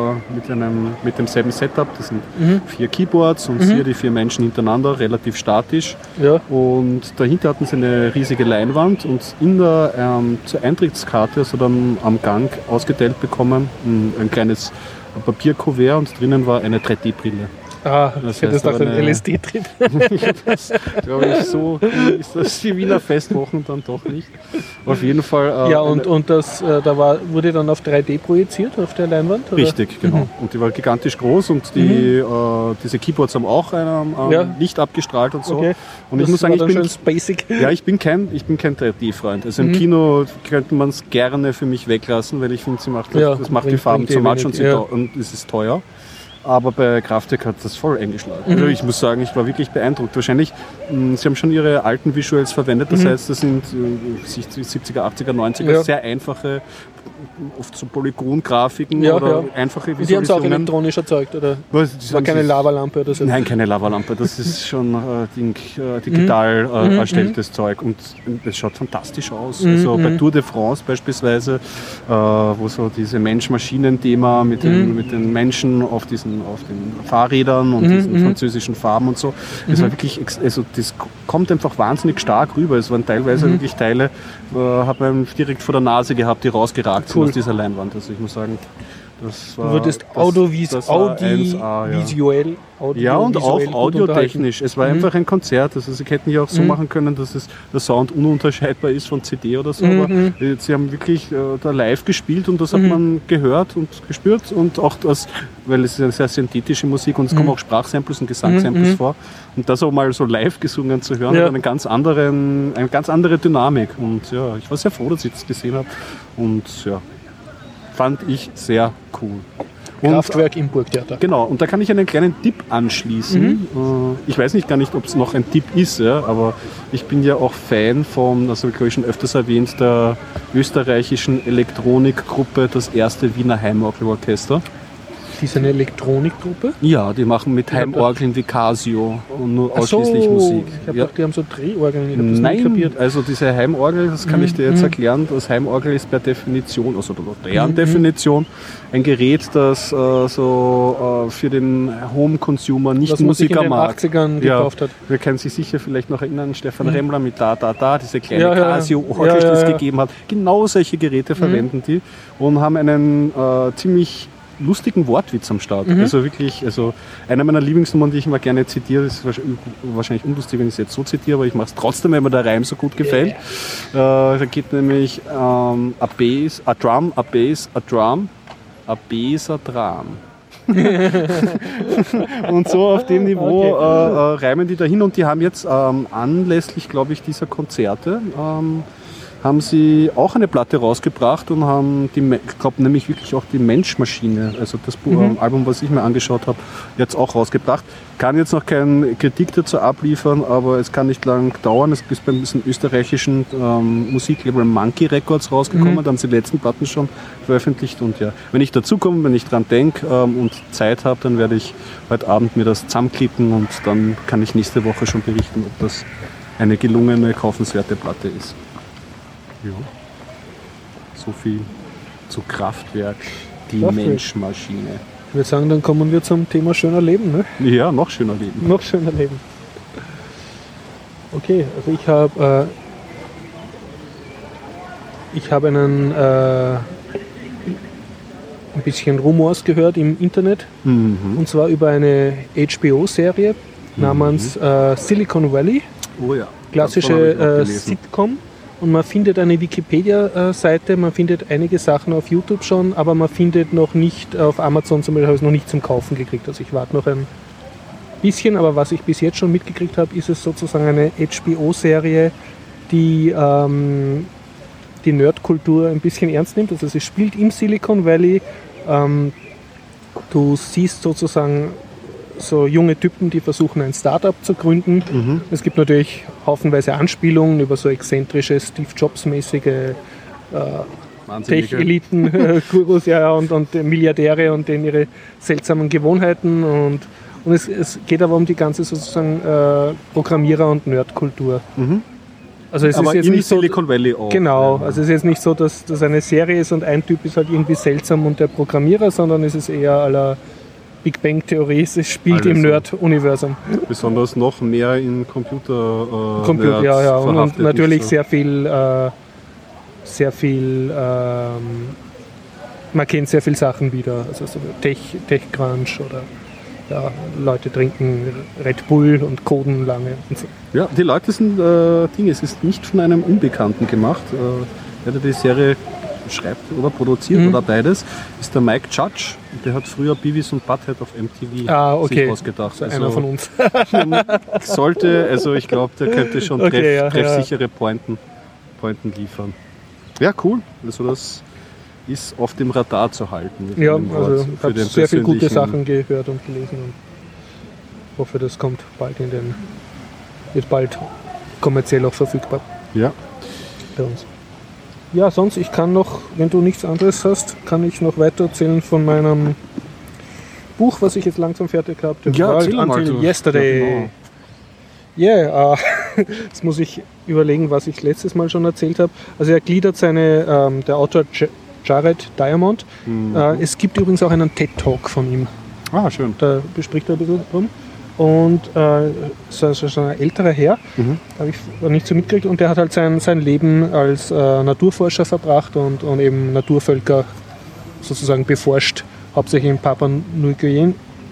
mit demselben Setup. Das sind 4 Keyboards und hier die 4 Menschen hintereinander, relativ statisch. Ja. Und dahinter hatten sie eine riesige Leinwand und zur Eintrittskarte, also dann am Gang ausgeteilt bekommen, ein kleines Papierkuvert und drinnen war eine 3D-Brille. Das ist doch ein LSD-Trip. Das glaube ich, so ist das die Wiener Festwochen dann doch nicht. Auf jeden Fall. Und das wurde dann auf 3D projiziert auf der Leinwand? Oder? Richtig, genau. Und die war gigantisch groß und diese Keyboards haben auch Licht abgestrahlt und so. Okay. Und ich muss sagen, basic. Ja, ich bin kein 3D-Freund. Also im Kino könnte man es gerne für mich weglassen, weil ich finde, das macht die Farben zu much und es ist teuer. Aber bei Kraftwerk hat das voll eingeschlagen. Also ich muss sagen, ich war wirklich beeindruckt. Wahrscheinlich, sie haben schon ihre alten Visuals verwendet, das heißt, das sind 70er, 80er, 90er, sehr einfache, oft so Polygon-Grafiken oder einfache Visualisierungen. Die haben es auch elektronisch erzeugt, oder? Das war keine Lavalampe oder so? Nein, keine Lavalampe, das ist schon digital erstelltes Zeug und es schaut fantastisch aus. Also bei Tour de France beispielsweise, wo so diese Mensch-Maschinen-Thema mit den Menschen auf den Fahrrädern und diesen französischen Farben und so, das war wirklich, also das kommt einfach wahnsinnig stark rüber. Es waren teilweise wirklich Teile, habe man direkt vor der Nase gehabt, die rausgeragt sind aus dieser Leinwand. Also ich muss sagen, das war... Du würdest audiovisuell ja, und auch audiotechnisch. Es war einfach ein Konzert. Also sie hätten ja auch so machen können, dass der Sound ununterscheidbar ist von CD oder so. Aber sie haben wirklich da live gespielt und das hat man gehört und gespürt. Und auch das, weil es ist eine sehr synthetische Musik und es kommen auch Sprachsamples und Gesangssamples vor. Und das auch mal so live gesungen zu hören, hat eine ganz andere Dynamik. Und ja, ich war sehr froh, dass ich das gesehen habe. Und ja, fand ich sehr cool. Kraftwerk im Burgtheater. Genau, und da kann ich einen kleinen Tipp anschließen. Ich weiß gar nicht, ob es noch ein Tipp ist, ja, aber ich bin ja auch Fan von, also glaube ich schon öfters erwähnt, der österreichischen Elektronikgruppe, das erste Wiener Heimorgelorchester. Die ist eine Elektronikgruppe? Ja, die machen mit Heimorgeln wie Casio und nur ausschließlich Musik. Ich habe gedacht, die haben so Drehorgeln. Ich habe das nicht kapiert. Also diese Heimorgel, das kann ich dir jetzt erklären. Das Heimorgel ist per Definition, also deren Definition, ein Gerät, das für den Home-Consumer nicht Musiker mag. Was man sich in den 80ern gekauft hat. Wir können sich sicher vielleicht noch erinnern, Stefan Remmler mit Da, diese kleine Casio-Orgel, die es gegeben hat. Genau solche Geräte verwenden die und haben einen ziemlich lustigen Wortwitz am Start. Also wirklich, einer meiner Lieblingsnummern, die ich immer gerne zitiere, ist wahrscheinlich unlustig, wenn ich es jetzt so zitiere, aber ich mache es trotzdem, weil mir der Reim so gut gefällt. Da geht nämlich a bass, a drum, a bass, a drum, a bass, a drum. Und so auf dem Niveau reimen die dahin und die haben jetzt anlässlich, glaube ich, dieser Konzerte haben sie auch eine Platte rausgebracht und haben, ich glaube nämlich wirklich auch die Mensch-Maschine, also das Album, was ich mir angeschaut habe, jetzt auch rausgebracht. Kann jetzt noch keine Kritik dazu abliefern, aber es kann nicht lang dauern. Es ist beim österreichischen Musiklabel Monkey Records rausgekommen, da haben sie die letzten Platten schon veröffentlicht und ja, wenn ich dazukomme, wenn ich dran denke und Zeit habe, dann werde ich heute Abend mir das zusammenklicken und dann kann ich nächste Woche schon berichten, ob das eine gelungene, kaufenswerte Platte ist. Ja. So viel zu Kraftwerk, die Mensch-Maschine. Ich würde sagen, dann kommen wir zum Thema schöner Leben, ne? Ja, noch schöner Leben. Noch schöner Leben. Okay, also ich habe ein bisschen Rumors gehört im Internet, und zwar über eine HBO-Serie namens Silicon Valley. Oh ja. Klassische Sitcom. Und man findet eine Wikipedia-Seite, man findet einige Sachen auf YouTube schon, aber man findet noch nicht auf Amazon, zum Beispiel habe ich es noch nicht zum Kaufen gekriegt. Also ich warte noch ein bisschen, aber was ich bis jetzt schon mitgekriegt habe, ist es sozusagen eine HBO-Serie, die die Nerdkultur ein bisschen ernst nimmt. Also sie spielt im Silicon Valley. Du siehst sozusagen so junge Typen, die versuchen, ein Startup zu gründen. Es gibt natürlich haufenweise Anspielungen über so exzentrische Steve Jobs-mäßige Tech-Eliten-Gurus und Milliardäre und denen ihre seltsamen Gewohnheiten. Und es geht aber um die ganze sozusagen Programmierer- und Nerdkultur. Also es aber ist jetzt in nicht Silicon Valley auch. Genau, also es ist jetzt nicht so, dass das eine Serie ist und ein Typ ist halt irgendwie seltsam und der Programmierer, sondern es ist eher à la Big Bang Theorie, es spielt im Nerd-Universum. Besonders noch mehr in Computer ja. Und natürlich so. sehr viel man kennt sehr viele Sachen wieder, also so Tech-Crunch oder ja, Leute trinken Red Bull und coden lange und so. Ja, die Leute sind es ist nicht von einem Unbekannten gemacht. Der die Serie schreibt oder produziert oder beides, ist der Mike Judge. Der hat früher Beavis und Butthead auf MTV sich ausgedacht. Also einer von uns. Ich glaube, der könnte schon treffsichere Pointen liefern. Ja, cool. Also das ist auf dem Radar zu halten. Ja, also ich habe sehr viele gute Sachen gehört und gelesen und hoffe, das kommt bald wird bald kommerziell auch verfügbar. Ja. Bei uns. Ja, sonst, ich kann noch, wenn du nichts anderes hast, kann ich noch weiter erzählen von meinem Buch, was ich jetzt langsam fertig habe. The World Until Yesterday. Ja, jetzt muss ich überlegen, was ich letztes Mal schon erzählt habe. Also er gliedert der Autor Jared Diamond. Es gibt übrigens auch einen TED-Talk von ihm. Ah, schön. Da bespricht er ein bisschen drum. Und so ein älterer Herr, habe ich nicht so mitgekriegt, und der hat halt sein Leben als Naturforscher verbracht und eben Naturvölker sozusagen beforscht, hauptsächlich in Papua-Neuguinea,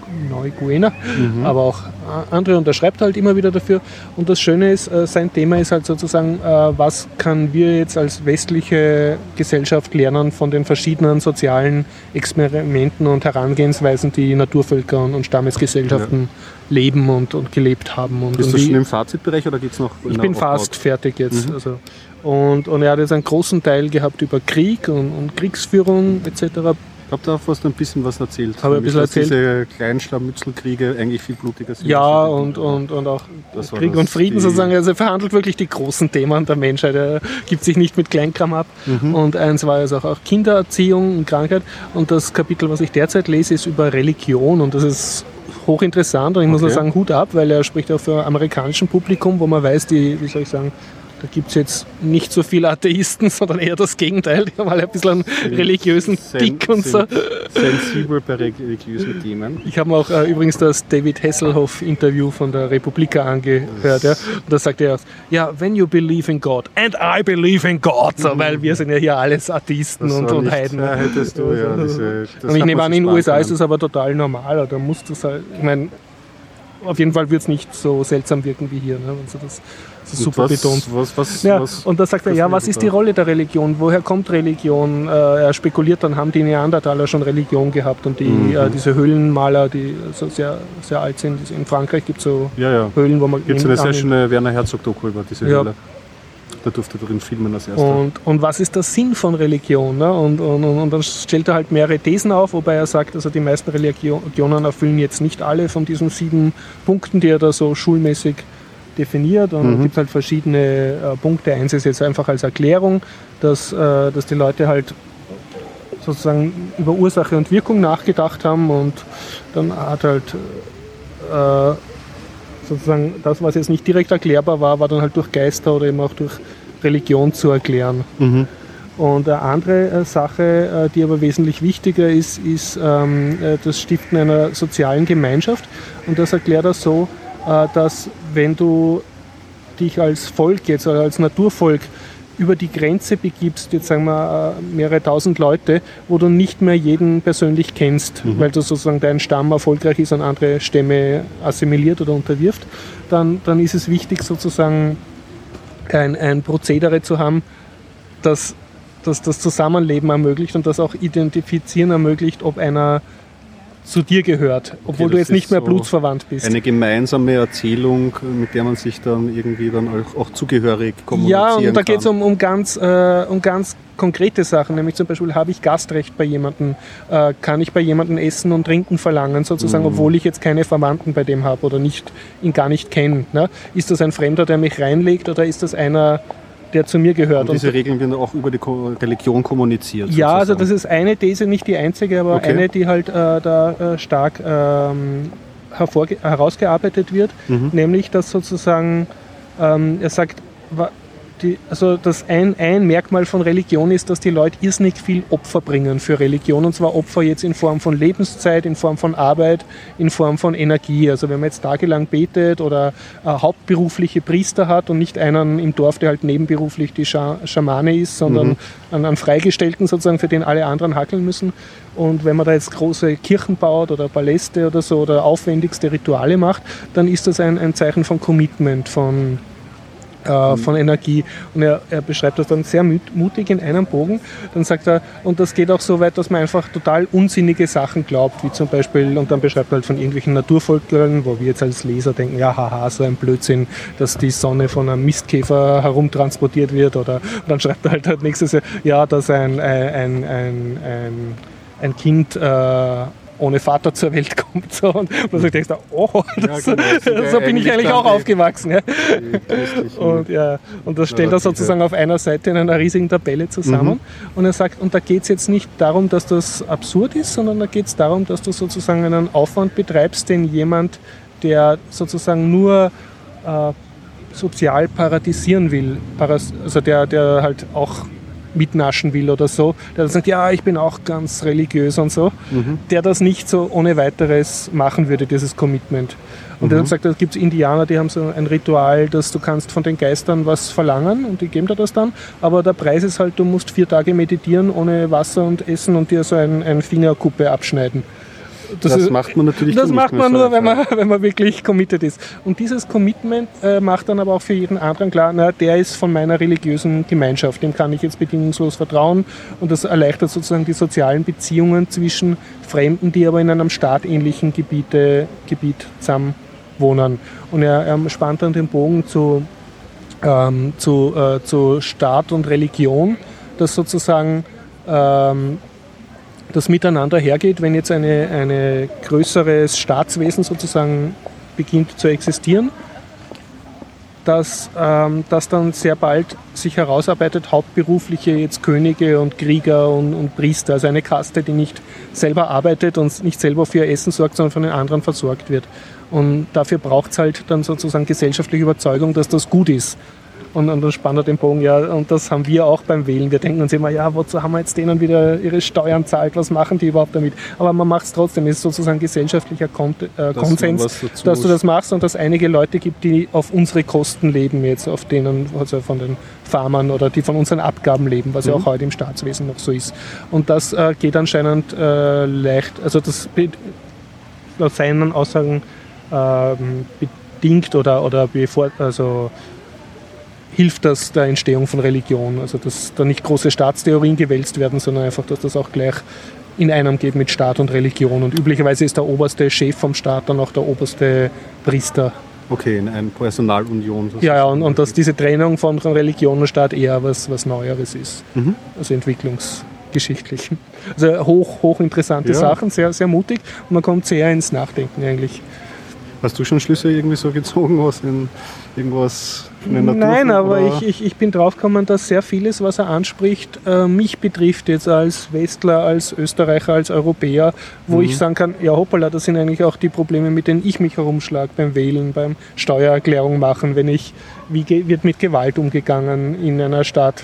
aber auch andere, und er schreibt halt immer wieder dafür. Und das Schöne ist, sein Thema ist halt sozusagen, was können wir jetzt als westliche Gesellschaft lernen von den verschiedenen sozialen Experimenten und Herangehensweisen, die Naturvölker und Stammesgesellschaften leben und gelebt haben. Ist das schon im Fazitbereich oder geht es noch? Ich bin fast fertig jetzt. Also. Und er hat jetzt einen großen Teil gehabt über Krieg und Kriegsführung etc. Ich habe da fast ein bisschen was erzählt. Habe ein bisschen erzählt. Diese kleinen Scharmützelkriege eigentlich viel blutiger sind. Ja, und auch Krieg und Frieden sozusagen. Also er verhandelt wirklich die großen Themen der Menschheit. Er gibt sich nicht mit Kleinkram ab. Und eins war also auch Kindererziehung und Krankheit. Und das Kapitel, was ich derzeit lese, ist über Religion. Und das ist hochinteressant. Und ich muss nur sagen, Hut ab, weil er spricht auch für amerikanischen Publikum, wo man weiß, da gibt es jetzt nicht so viele Atheisten, sondern eher das Gegenteil. Die haben alle ein bisschen einen religiösen Tick und so. Sensibel bei religiösen Themen. Ich habe mir auch übrigens das David Hasselhoff-Interview von der Republika angehört. Ja. Und da sagt er, when you believe in God, and I believe in God, so, weil wir sind ja hier alles Atheisten und Heiden. Hättest du, und ich nehme an, in den USA ist das aber total normal. Da muss das halt, ich meine, auf jeden Fall wird es nicht so seltsam wirken wie hier, ne, wenn sie das super betont. Und da sagt er, was ist die Rolle der Religion? Woher kommt Religion? Er spekuliert, dann haben die Neandertaler schon Religion gehabt und diese Höhlenmaler, die so sehr, sehr alt sind. In Frankreich gibt es so Höhlen, wo man... Gibt es eine sehr schöne Werner Herzog-Doku über diese Höhle. Da durfte er drin filmen als erster. Und was ist der Sinn von Religion? Ne? Und dann stellt er halt mehrere Thesen auf, wobei er sagt, also die meisten Religionen erfüllen jetzt nicht alle von diesen 7 Punkten, die er da so schulmäßig definiert. Und es gibt halt verschiedene Punkte. Eins ist jetzt einfach als Erklärung, dass die Leute halt sozusagen über Ursache und Wirkung nachgedacht haben, und dann hat halt sozusagen das, was jetzt nicht direkt erklärbar war dann halt durch Geister oder eben auch durch Religion zu erklären. Und eine andere Sache, die aber wesentlich wichtiger ist das Stiften einer sozialen Gemeinschaft. Und das erklärt er so, dass wenn du dich als Volk jetzt oder als Naturvolk über die Grenze begibst, jetzt sagen wir mehrere tausend Leute, wo du nicht mehr jeden persönlich kennst, weil du sozusagen dein Stamm erfolgreich ist und andere Stämme assimiliert oder unterwirft, dann ist es wichtig, sozusagen ein Prozedere zu haben, das das Zusammenleben ermöglicht und das auch Identifizieren ermöglicht, ob einer zu dir gehört, obwohl du jetzt nicht mehr blutsverwandt bist. Eine gemeinsame Erzählung, mit der man sich dann irgendwie dann auch zugehörig kommunizieren kann. Ja, und da geht es um ganz konkrete Sachen, nämlich zum Beispiel, habe ich Gastrecht bei jemandem, kann ich bei jemandem Essen und Trinken verlangen, sozusagen, obwohl ich jetzt keine Verwandten bei dem habe oder ihn gar nicht kenne. Ne? Ist das ein Fremder, der mich reinlegt, oder ist das einer, der zu mir gehört? Und diese Regeln werden auch über die Religion kommuniziert. Ja, sozusagen. Also das ist eine These, nicht die einzige, aber eine, die halt da stark herausgearbeitet wird, nämlich, dass sozusagen, er sagt, dass ein Merkmal von Religion ist, dass die Leute irrsinnig viel Opfer bringen für Religion, und zwar Opfer jetzt in Form von Lebenszeit, in Form von Arbeit, in Form von Energie. Also wenn man jetzt tagelang betet oder hauptberufliche Priester hat und nicht einen im Dorf, der halt nebenberuflich die Schamane ist, sondern einen Freigestellten sozusagen, für den alle anderen hackeln müssen. Und wenn man da jetzt große Kirchen baut oder Paläste oder so oder aufwendigste Rituale macht, dann ist das ein Zeichen von Commitment, von von Energie. Und er beschreibt das dann sehr mutig in einem Bogen. Dann sagt er, und das geht auch so weit, dass man einfach total unsinnige Sachen glaubt, wie zum Beispiel, und dann beschreibt er halt von irgendwelchen Naturvölkern, wo wir jetzt als Leser denken, ja, haha, so ein Blödsinn, dass die Sonne von einem Mistkäfer herumtransportiert wird. Oder und dann schreibt er halt nächstes Jahr, ja, dass ein Kind ohne Vater zur Welt kommt. So. Und man sagt, oh, so bin ich eigentlich auch aufgewachsen. Ja. Und das stellt er sozusagen auf einer Seite in einer riesigen Tabelle zusammen. Und er sagt, und da geht es jetzt nicht darum, dass das absurd ist, sondern da geht es darum, dass du sozusagen einen Aufwand betreibst, den jemand, der sozusagen nur sozial paradisieren will, also der halt auch mitnaschen will oder so, der sagt, ja, ich bin auch ganz religiös und so, der das nicht so ohne weiteres machen würde, dieses Commitment. Und er hat gesagt, da gibt es Indianer, die haben so ein Ritual, dass du kannst von den Geistern was verlangen und die geben dir das dann, aber der Preis ist halt, du musst 4 Tage meditieren ohne Wasser und Essen und dir so ein Fingerkuppe abschneiden. Das macht man natürlich das nicht macht mehr man so nur, wenn man wirklich committed ist. Und dieses Commitment macht dann aber auch für jeden anderen klar, na, der ist von meiner religiösen Gemeinschaft, dem kann ich jetzt bedingungslos vertrauen. Und das erleichtert sozusagen die sozialen Beziehungen zwischen Fremden, die aber in einem staatähnlichen Gebiet zusammen wohnen. Und er spannt dann den Bogen zu Staat und Religion, dass sozusagen das miteinander hergeht, wenn jetzt ein größeres Staatswesen sozusagen beginnt zu existieren, dass dann sehr bald sich herausarbeitet, hauptberufliche jetzt Könige und Krieger und Priester, also eine Kaste, die nicht selber arbeitet und nicht selber für ihr Essen sorgt, sondern von den anderen versorgt wird. Und dafür braucht es halt dann sozusagen gesellschaftliche Überzeugung, dass das gut ist. Und dann spannt er den Bogen, ja, und das haben wir auch beim Wählen. Wir denken uns immer, ja, wozu haben wir jetzt denen wieder ihre Steuern zahlt, was machen die überhaupt damit? Aber man macht es trotzdem, es ist sozusagen gesellschaftlicher Konsens, dass du das machst und dass es einige Leute gibt, die auf unsere Kosten leben jetzt, auf denen, also von den Farmern oder die von unseren Abgaben leben, was ja auch heute im Staatswesen noch so ist. Und das geht anscheinend leicht, also das laut seinen Aussagen bedingt oder hilft das der Entstehung von Religion. Also dass da nicht große Staatstheorien gewälzt werden, sondern einfach, dass das auch gleich in einem geht mit Staat und Religion. Und üblicherweise ist der oberste Chef vom Staat dann auch der oberste Priester. Okay, in einer Personalunion. Ja, und dass diese Trennung von Religion und Staat eher was Neueres ist. Also entwicklungsgeschichtlich. Also hochinteressante Sachen, sehr, sehr mutig. Und man kommt sehr ins Nachdenken eigentlich. Hast du schon Schlüsse irgendwie so gezogen, was in irgendwas in der Natur? Nein, aber ich bin draufgekommen, dass sehr vieles, was er anspricht, mich betrifft jetzt als Westler, als Österreicher, als Europäer, wo ich sagen kann, ja hoppala, das sind eigentlich auch die Probleme, mit denen ich mich herumschlage beim Wählen, beim Steuererklärung machen, wie wird mit Gewalt umgegangen in einer Stadt,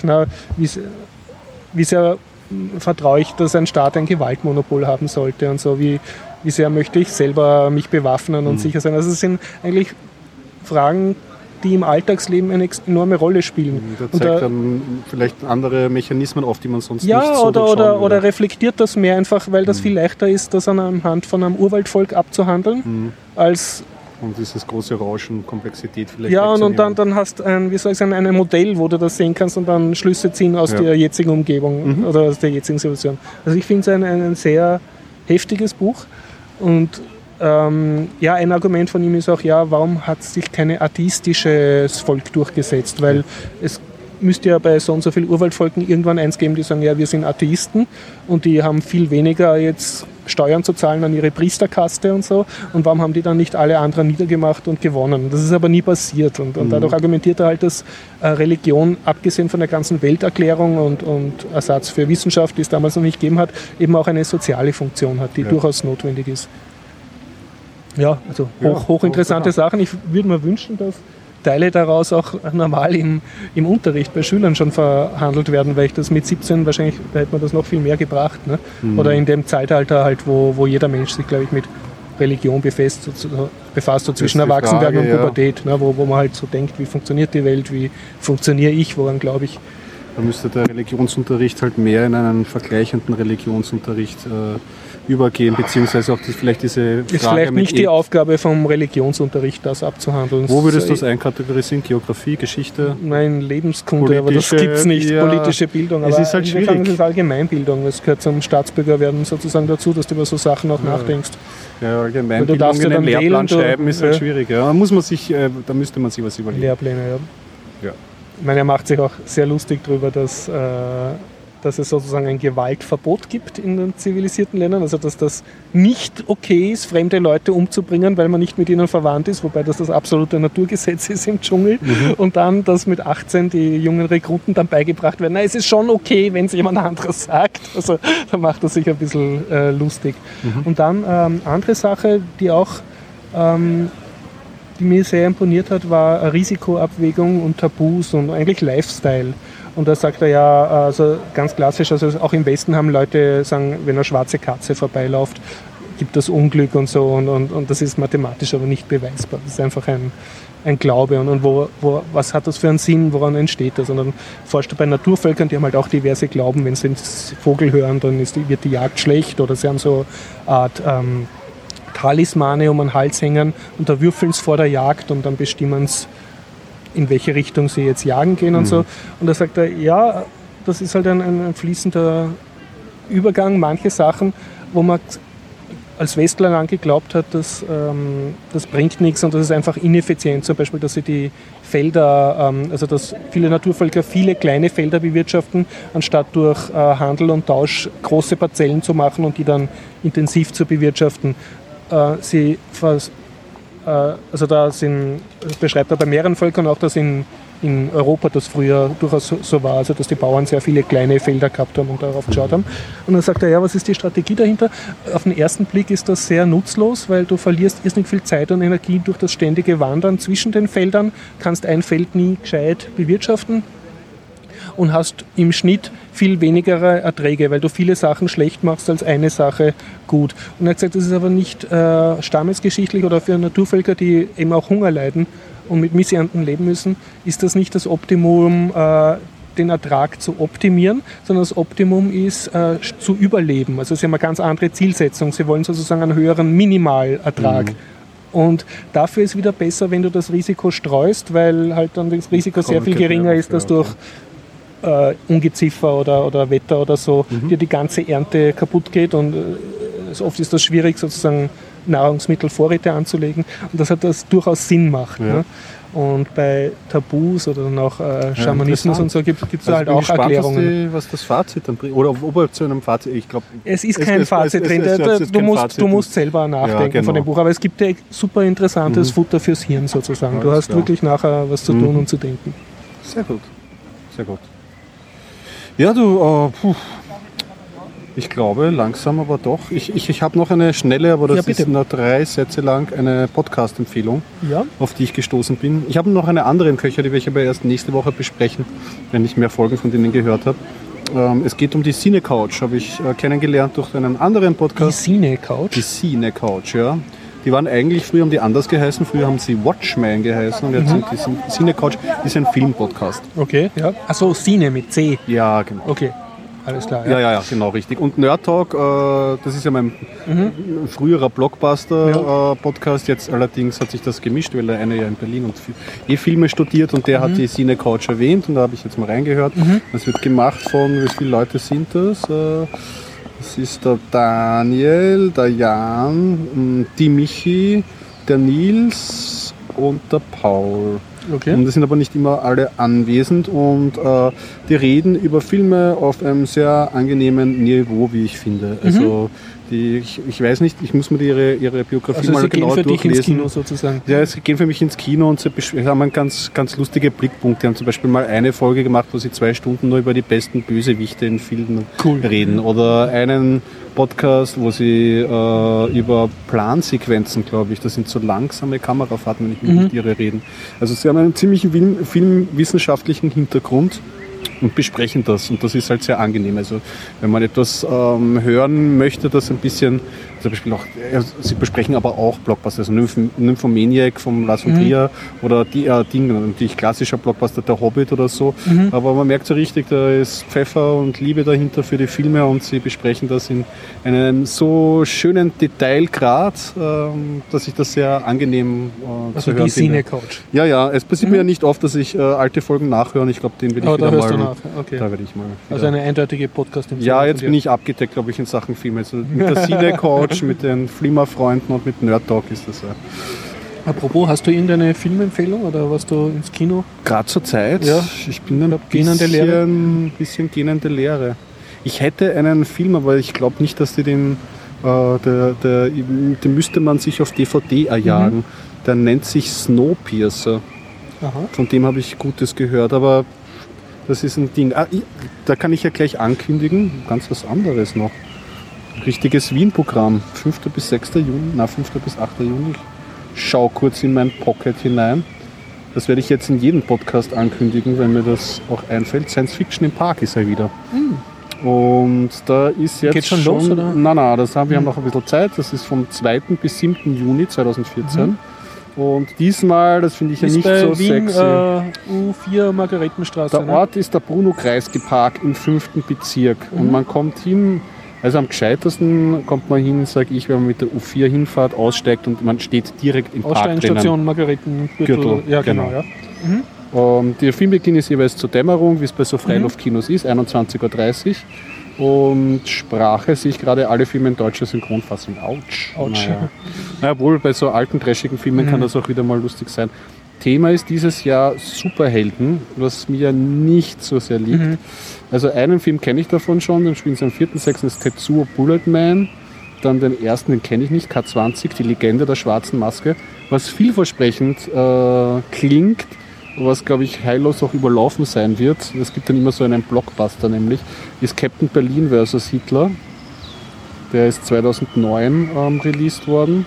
wie sehr vertraue ich, dass ein Staat ein Gewaltmonopol haben sollte und so, wie sehr möchte ich selber mich bewaffnen und sicher sein. Also es sind eigentlich Fragen, die im Alltagsleben eine enorme Rolle spielen. Da zeigt dann vielleicht andere Mechanismen auf, die man sonst nicht so oder reflektiert das mehr einfach, weil das viel leichter ist, das anhand von einem Urwaldvolk abzuhandeln, als... Und dieses große Rauschen, Komplexität vielleicht. Ja, und dann hast du ein Modell, wo du das sehen kannst und dann Schlüsse ziehen aus der jetzigen Umgebung oder aus der jetzigen Situation. Also ich finde es ein sehr heftiges Buch. Und ein Argument von ihm ist auch, warum hat sich kein atheistisches Volk durchgesetzt? Weil es müsste ja bei so und so vielen Urwaldvolken irgendwann eins geben, die sagen, ja, wir sind Atheisten und die haben viel weniger jetzt Steuern zu zahlen an ihre Priesterkaste und so. Und warum haben die dann nicht alle anderen niedergemacht und gewonnen? Das ist aber nie passiert. Und dadurch argumentiert er halt, dass Religion, abgesehen von der ganzen Welterklärung und Ersatz für Wissenschaft, die es damals noch nicht gegeben hat, eben auch eine soziale Funktion hat, die durchaus notwendig ist. Ja, also hochinteressante Sachen. Ich würde mir wünschen, dass Teile daraus auch normal im Unterricht bei Schülern schon verhandelt werden, weil ich das mit 17 wahrscheinlich, da hätte man das noch viel mehr gebracht. Ne? Oder in dem Zeitalter halt, wo jeder Mensch sich, glaube ich, mit Religion befasst, so zwischen Erwachsenwerden und Pubertät, ne? wo man halt so denkt, wie funktioniert die Welt, wie funktioniere ich, woran glaube ich. Da müsste der Religionsunterricht halt mehr in einen vergleichenden Religionsunterricht übergehen, beziehungsweise auch vielleicht diese Frage ist vielleicht nicht die Aufgabe vom Religionsunterricht, das abzuhandeln. Wo würdest du das einkategorisieren? Geografie, Geschichte? Nein, Lebenskunde, aber das gibt es nicht. Ja, politische Bildung. Es ist halt schwierig. Es ist Allgemeinbildung. Es gehört zum Staatsbürgerwerden sozusagen dazu, dass du über so Sachen auch nachdenkst. Ja, Allgemeinbildung in einen Lehrplan schreiben ist halt schwierig. Ja. Da müsste man sich was überlegen. Lehrpläne, ja. Ich meine, er macht sich auch sehr lustig darüber, dass es sozusagen ein Gewaltverbot gibt in den zivilisierten Ländern, also dass das nicht okay ist, fremde Leute umzubringen, weil man nicht mit ihnen verwandt ist, wobei das absolute Naturgesetz ist im Dschungel. Und dann, dass mit 18 die jungen Rekruten dann beigebracht werden, es ist schon okay, wenn es jemand anderes sagt. Also da macht er sich ein bisschen lustig. Und dann andere Sache, die mir sehr imponiert hat, war Risikoabwägung und Tabus und eigentlich Lifestyle. Und da sagt er ja, also ganz klassisch, also auch im Westen haben Leute sagen, wenn eine schwarze Katze vorbeiläuft, gibt das Unglück und so und das ist mathematisch aber nicht beweisbar. Das ist einfach ein Glaube und was hat das für einen Sinn, woran entsteht das? Und dann forscht er bei Naturvölkern, die haben halt auch diverse Glauben, wenn sie den Vogel hören, dann wird die Jagd schlecht oder sie haben so eine Art Talismane um den Hals hängen und da würfeln sie vor der Jagd und dann bestimmen sie, in welche Richtung sie jetzt jagen gehen und so. Und da sagt er, ja, das ist halt ein fließender Übergang. Manche Sachen, wo man als Westler lang geglaubt hat, das bringt nichts und das ist einfach ineffizient. Zum Beispiel, dass sie die Felder, also dass viele Naturvölker viele kleine Felder bewirtschaften, anstatt durch Handel und Tausch große Parzellen zu machen und die dann intensiv zu bewirtschaften. Also beschreibt er bei mehreren Völkern auch, dass in Europa das früher durchaus so war, also dass die Bauern sehr viele kleine Felder gehabt haben und darauf geschaut haben. Und dann sagt er, ja, was ist die Strategie dahinter? Auf den ersten Blick ist das sehr nutzlos, weil du verlierst irrsinnig viel Zeit und Energie durch das ständige Wandern zwischen den Feldern, kannst ein Feld nie gescheit bewirtschaften und hast im Schnitt viel weniger Erträge, weil du viele Sachen schlecht machst als eine Sache gut. Und er hat gesagt, das ist aber nicht stammesgeschichtlich oder für Naturvölker, die eben auch Hunger leiden und mit Missernten leben müssen, ist das nicht das Optimum, den Ertrag zu optimieren, sondern das Optimum ist zu überleben. Also sie haben eine ganz andere Zielsetzung. Sie wollen sozusagen einen höheren Minimalertrag. Und dafür ist wieder besser, wenn du das Risiko streust, weil halt dann das Risiko sehr viel geringer ist, dass durch Ungeziefer oder Wetter oder so dir die ganze Ernte kaputt geht und oft ist das schwierig, sozusagen Nahrungsmittelvorräte anzulegen und das hat das durchaus Sinn macht. Ja. Ne? Und bei Tabus oder dann auch Schamanismus und so gibt es halt auch Erklärungen. Was das Fazit dann bringt. Oder ob er zu einem Fazit, ich glaube... Es ist kein Fazit drin, du musst selber nachdenken von dem Buch, aber es gibt ja super interessantes Futter fürs Hirn sozusagen. Du hast wirklich nachher was zu tun und zu denken. Sehr gut, sehr gut. Ja, du, ich glaube langsam aber doch. Ich habe noch eine schnelle, aber das ist nur 3 Sätze lang, eine Podcast-Empfehlung, auf die ich gestoßen bin. Ich habe noch eine andere im Köcher, die werde ich aber erst nächste Woche besprechen, wenn ich mehr Folgen von denen gehört habe. Es geht um die Cine Couch, habe ich kennengelernt durch einen anderen Podcast. Die Cine Couch? Die Cine Couch, ja. Die waren eigentlich, früher haben die anders geheißen, früher haben sie Watchmen geheißen und jetzt sind die Cine Couch, ist ein Filmpodcast. Okay, ja. Achso, Cine mit C. Ja, genau. Okay, alles klar. Ja, genau, richtig. Und Nerd Talk, das ist ja mein früherer Blockbuster-Podcast, jetzt allerdings hat sich das gemischt, weil der eine ja in Berlin und Filme studiert und der hat die Cine Couch erwähnt und da habe ich jetzt mal reingehört. Das wird gemacht von, wie viele Leute sind das? Das ist der Daniel, der Jan, die Michi, der Nils und der Paul. Okay. Und das sind aber nicht immer alle anwesend und die reden über Filme auf einem sehr angenehmen Niveau, wie ich finde. Also ich weiß nicht, ich muss mir ihre Biografie mal genau durchlesen. Also sie gehen für dich ins Kino sozusagen? Ja, sie gehen für mich ins Kino und sie haben einen ganz, ganz lustige Blickpunkte. Die haben zum Beispiel mal eine Folge gemacht, wo sie 2 Stunden nur über die besten Bösewichte in Filmen reden. Oder einen Podcast, wo sie über Plansequenzen, glaube ich, das sind so langsame Kamerafahrten, wenn ich mit ihre reden. Also sie haben einen ziemlich filmwissenschaftlichen Hintergrund und besprechen das. Und das ist halt sehr angenehm. Also wenn man etwas hören möchte, das ein bisschen, zum Beispiel auch, sie besprechen aber auch Blockbuster, also Nymphomaniac vom Lars von Trier oder die klassischer Blockbuster, der Hobbit oder so. Aber man merkt so richtig, da ist Pfeffer und Liebe dahinter für die Filme und sie besprechen das in einem so schönen Detailgrad, dass ich das sehr angenehm also zu hören die finde. Cine-Couch. Ja, es passiert mir ja nicht oft, dass ich alte Folgen nachhöre. Ich glaube, den will ich wieder da hörst mal. du nach. Okay. Da werde ich mal. Also eine eindeutige Podcast-Empfehlung. Ja, jetzt bin ich abgedeckt, glaube ich, in Sachen Filme. Also mit der Cine-Couch, mit den Flimmer-Freunden und mit Nerd Talk ist das ja. Apropos, hast du irgendeine Filmempfehlung oder was du ins Kino? Gerade zur Zeit, Ja. ich bin ein gähnende Leere. bisschen gähnende Leere. Ich hätte einen Film, aber ich glaube nicht, dass die den müsste man sich auf DVD erjagen. Der nennt sich Snowpiercer. Aha. Von dem habe ich Gutes gehört, aber das ist ein Ding. Da kann ich ja gleich ankündigen, ganz was anderes noch. Richtiges Wien-Programm, 5. bis 6. Juni, 5. bis 8. Juni. Ich schau kurz in mein Pocket hinein. Das werde ich jetzt in jedem Podcast ankündigen, wenn mir das auch einfällt. Science Fiction im Park ist er wieder. Und da ist jetzt Geht's schon los, oder? Nein, wir haben noch ein bisschen Zeit. Das ist vom 2. bis 7. Juni 2014. Und diesmal, das finde ich ja Ist nicht bei so Wien, sexy. U4 Margaretenstraße. Der Ort ist der Bruno-Kreisky-Park im 5. Bezirk. Und man kommt hin, also am gescheitesten kommt man hin, sage ich, wenn man mit der U4 hinfährt, aussteigt und man steht direkt im Park drinnen. Aussteigenstation Margaretengürtel. Ja, genau. Ja. Der Filmbeginn ist jeweils zur Dämmerung, wie es bei so Freiluftkinos ist, 21.30 Uhr. Und Sprache sehe ich gerade alle Filme in deutscher Synchronfassung. Autsch. Naja, wohl bei so alten, trashigen Filmen kann das auch wieder mal lustig sein. Thema ist dieses Jahr Superhelden, was mir nicht so sehr liegt. Also einen Film kenne ich davon schon, den spielen sie am 4.6. das Tetsuo Bulletman. Dann den ersten, den kenne ich nicht, K20, die Legende der schwarzen Maske. Was vielversprechend klingt, was, glaube ich, heillos auch überlaufen sein wird. Es gibt dann immer so einen Blockbuster, nämlich ist Captain Berlin vs. Hitler. Der ist 2009 released worden.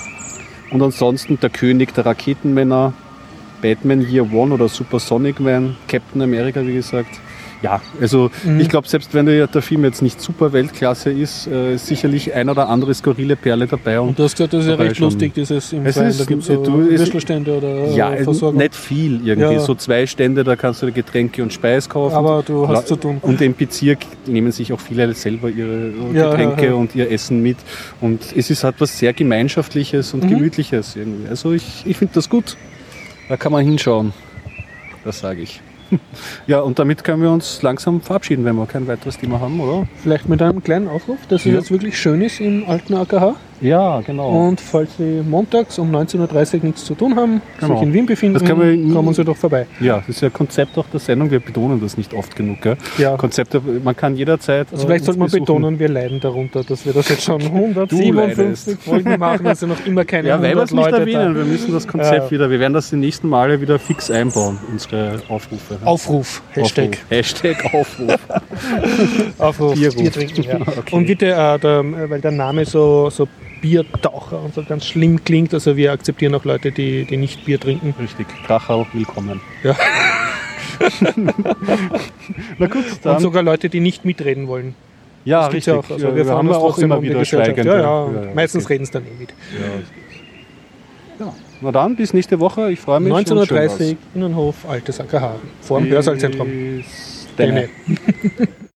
Und ansonsten der König der Raketenmänner, Batman Year One oder Supersonic Man, Captain America, wie gesagt. Ja, also ich glaube, selbst wenn der Film jetzt nicht super Weltklasse ist, sicherlich ein oder andere skurrile Perle dabei. Und du hast gesagt, das ist ja recht lustig, dieses im Freien, da gibt es so Würstelstände oder Versorgung. Nicht viel irgendwie, so 2 Stände, da kannst du Getränke und Speis kaufen. Aber du hast zu tun. Und im Bezirk nehmen sich auch viele selber ihre Getränke und ihr Essen mit. Und es ist halt was sehr Gemeinschaftliches und Gemütliches irgendwie. Also ich finde das gut. Da kann man hinschauen. Das sage ich. Ja, und damit können wir uns langsam verabschieden, wenn wir kein weiteres Thema haben, oder? Vielleicht mit einem kleinen Aufruf, dass es jetzt wirklich schön ist im alten AKH. Ja, genau. Und falls Sie montags um 19.30 Uhr nichts zu tun haben, sich in Wien befinden, kommen Sie doch vorbei. Ja, das ist ja Konzept auch der Sendung, wir betonen das nicht oft genug. Gell? Ja. Konzepte, man kann jederzeit. Also vielleicht sollte man betonen, wir leiden darunter, dass wir das jetzt schon 157 Folgen machen, also noch immer keine 100 weil wir es nicht Leute erwähnen, wir müssen das Konzept wieder, wir werden das die nächsten Male wieder fix einbauen, unsere Aufrufe. Hashtag. Hashtag Aufruf. Aufruf, Bier trinken, ja. Okay. Und bitte, weil der Name so Biertaucher und so ganz schlimm klingt, also wir akzeptieren auch Leute, die nicht Bier trinken. Richtig, Krachau, willkommen. Ja. Na gut, dann. Und sogar Leute, die nicht mitreden wollen. Ja, das richtig. Ja auch. Also wir fahren uns auch immer wieder um schweigend. Ja, meistens reden es dann mit. Ja. Na dann, bis nächste Woche. Ich freue mich. 19.30 Uhr, Innenhof, Altes AKH. Vor dem Hörsaalzentrum. Deine.